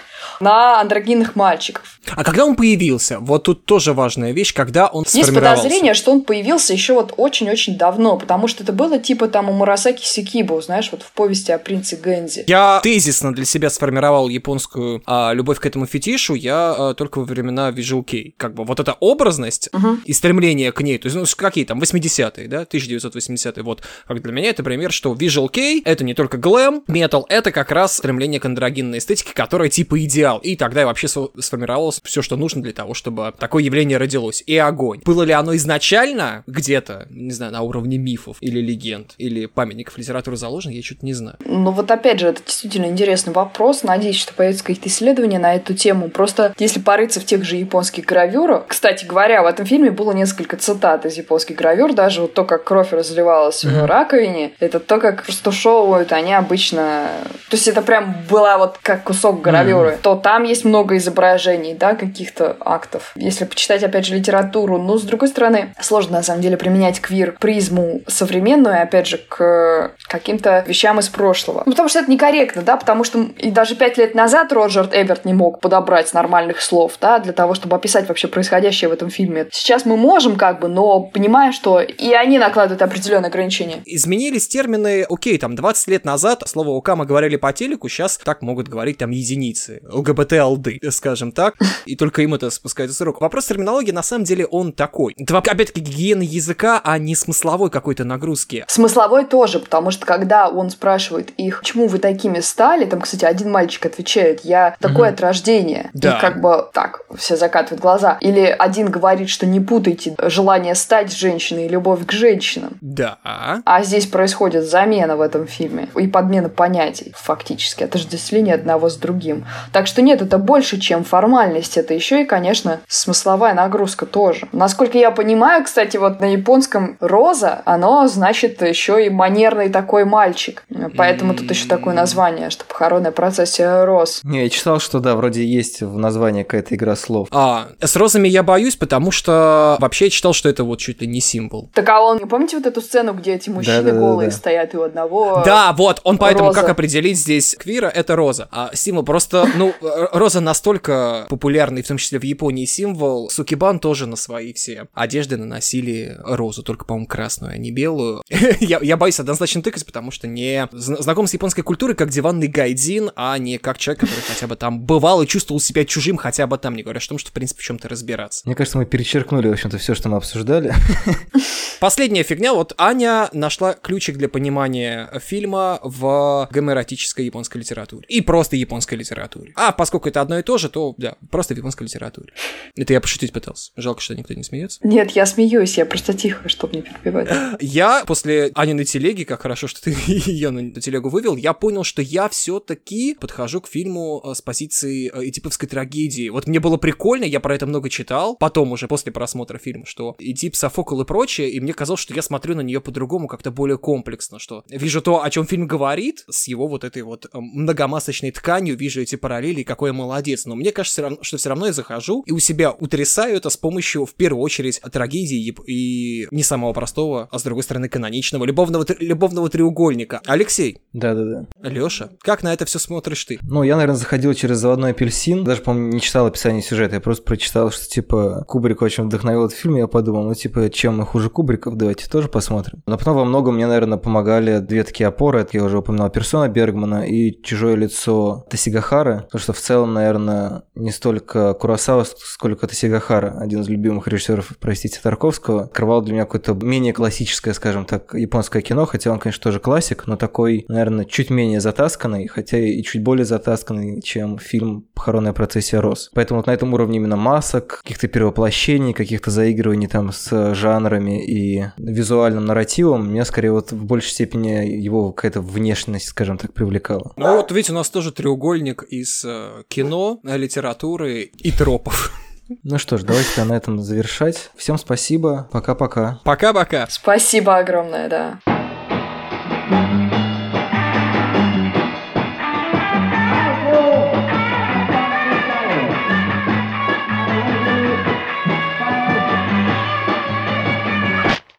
B: на андрогинных мальчиков.
C: А когда он появился? Вот тут тоже важная вещь, когда он сформировался.
B: Есть подозрение, что он появился еще вот очень-очень давно, потому что это было типа там у Мурасаки Сикибо, знаешь, вот в повести о принце Гэнзи.
C: Я тезисно для себя сформировал японскую любовь к этому фетишу, я только во времена Visual Kei. Как бы вот эта образность и стремление к ней, то есть, ну, какие там, 80-е, да, 1980-е, вот, как для меня это пример, что Visual Kei — это не только глэм, метал, это как раз стремление к андрогинной эстетике, которая типа идеал. И тогда я вообще сформировалось все, что нужно для того, чтобы такое явление родилось. И огонь. Было ли оно изначально где-то, не знаю, на уровне мифов или легенд, или памятников литературы заложено, я что-то не знаю.
B: Ну вот опять же, это действительно интересный вопрос. Надеюсь, что появятся какие-то исследования на эту тему. Просто если порыться в тех же японских гравюрах... Кстати говоря, в этом фильме было несколько цитат из японских гравюр. Даже вот то, как кровь разливалась в раковине, это то, как растушевывают они обычно... То есть это прям была вот как кусок гравюры. То там есть много изображений, да, каких-то актов. Если почитать, опять же, литературу, но, с другой стороны, сложно, на самом деле, применять квир-призму современную, опять же, к каким-то вещам из прошлого. Ну, потому что это некорректно, да, потому что и даже 5 лет назад Роджер Эберт не мог подобрать нормальных слов, да, для того, чтобы описать вообще происходящее в этом фильме. Сейчас мы можем, как бы, но понимая, что и они накладывают определенные ограничения.
C: Изменились термины, окей, там, 20 лет назад слово «окама» говорили по телеку, сейчас так могут говорить там единицы. ЛГБТ-алды, скажем так, и только им это спускается с рук. Вопрос терминологии, на самом деле, он такой. Это, опять-таки, гигиена языка, а не смысловой какой-то нагрузки.
B: Смысловой тоже, потому что когда он спрашивает их, почему вы такими стали, там, кстати, один мальчик отвечает, я такой от рождения.
C: Да.
B: И как бы так, все закатывают глаза. Или один говорит, что не путайте желание стать женщиной и любовь к женщинам.
C: Да.
B: А здесь происходит замена в этом фильме и подмена понятий, фактически, отождествление одного с другим. Так что нет, это больше, чем формальность, это еще и, конечно, смысловая нагрузка тоже. Насколько я понимаю, кстати, вот на японском «роза», оно значит еще и манерный такой мальчик. Поэтому тут еще такое название, что похоронная процессия роз.
A: Не, я читал, что да, вроде есть в названии какая-то игра слов.
C: С розами я боюсь, потому что вообще я читал, что это вот чуть ли не символ.
B: Так а он, помните вот эту сцену, где эти мужчины голые стоят, и у одного
C: да, вот, он поэтому,
B: роза.
C: как определить здесь квира, это роза. А символ просто, роза настолько популярный, в том числе в Японии, символ. Сукибан тоже на свои все одежды наносили розу, только, по-моему, красную, а не белую. Я боюсь однозначно тыкать, потому что не знаком с японской культурой как диванный гайдзин, а не как человек, который хотя бы там бывал и чувствовал себя чужим хотя бы там, не говоря о том, что, в принципе, в чем-то разбираться.
A: Мне кажется, мы перечеркнули, в общем-то, все, что мы обсуждали.
C: Последняя фигня. Вот Аня нашла ключик для понимания фильма в гомоэротической японской литературе. И просто японской литературе. А поскольку это одно и то же, то, да, просто в японской литературе. Это я пошутить пытался. Жалко, что никто не смеется.
B: Нет, я смеюсь, я просто тихо, чтобы не перебивать.
C: Я после Аниной телеги, как хорошо, что ты ее на телегу вывел, я понял, что я все-таки подхожу к фильму с позиции эдиповской трагедии. Вот мне было прикольно, я про это много читал, потом уже после просмотра фильма, что Эдип, Софокл и прочее, и мне казалось, что я смотрю на нее по-другому, как-то более комплексно, что вижу то, о чем фильм говорит, с его вот этой вот многомасочной тканью, вижу эти параллели, какой я молодец, но мне кажется, что все равно я захожу и у себя утрясаю это с помощью, в первую очередь, трагедии и не самого простого, а с другой стороны, каноничного любовного треугольника. Алексей.
A: Да-да-да.
C: Лёша, как на это все смотришь ты?
A: Ну, я, наверное, заходил через «Заводной апельсин», даже, по-моему, не читал описание сюжета, я просто прочитал, что, типа, Кубрик очень вдохновил этот фильм, и я подумал, ну, типа, чем мы хуже Кубриков, давайте тоже посмотрим. Но потом во многом мне, наверное, помогали две такие опоры, это я уже упоминал «Персона» Бергмана и «Чужое лицо» Тосигахары, потому что в целом, наверное, не столько Куросава, сколько Тосигахара, один из любимых режиссеров, простите, Тарковского, открывал для меня какое-то менее классическое, скажем так, японское кино, хотя он, конечно, тоже классик, но такой, наверное, чуть менее затасканный, хотя и чуть более затасканный, чем фильм «Похоронная процессия роз». Поэтому вот на этом уровне именно масок, каких-то перевоплощений, каких-то заигрываний там с жанрами и визуальным нарративом, меня скорее вот в большей степени его какая-то внешность, скажем так, привлекала.
C: Ну вот видите, у нас тоже треугольник из кино, литературы и тропов.
A: Ну что ж, давайте на этом завершать. Всем спасибо, пока-пока.
C: Пока-пока.
B: Спасибо огромное, да.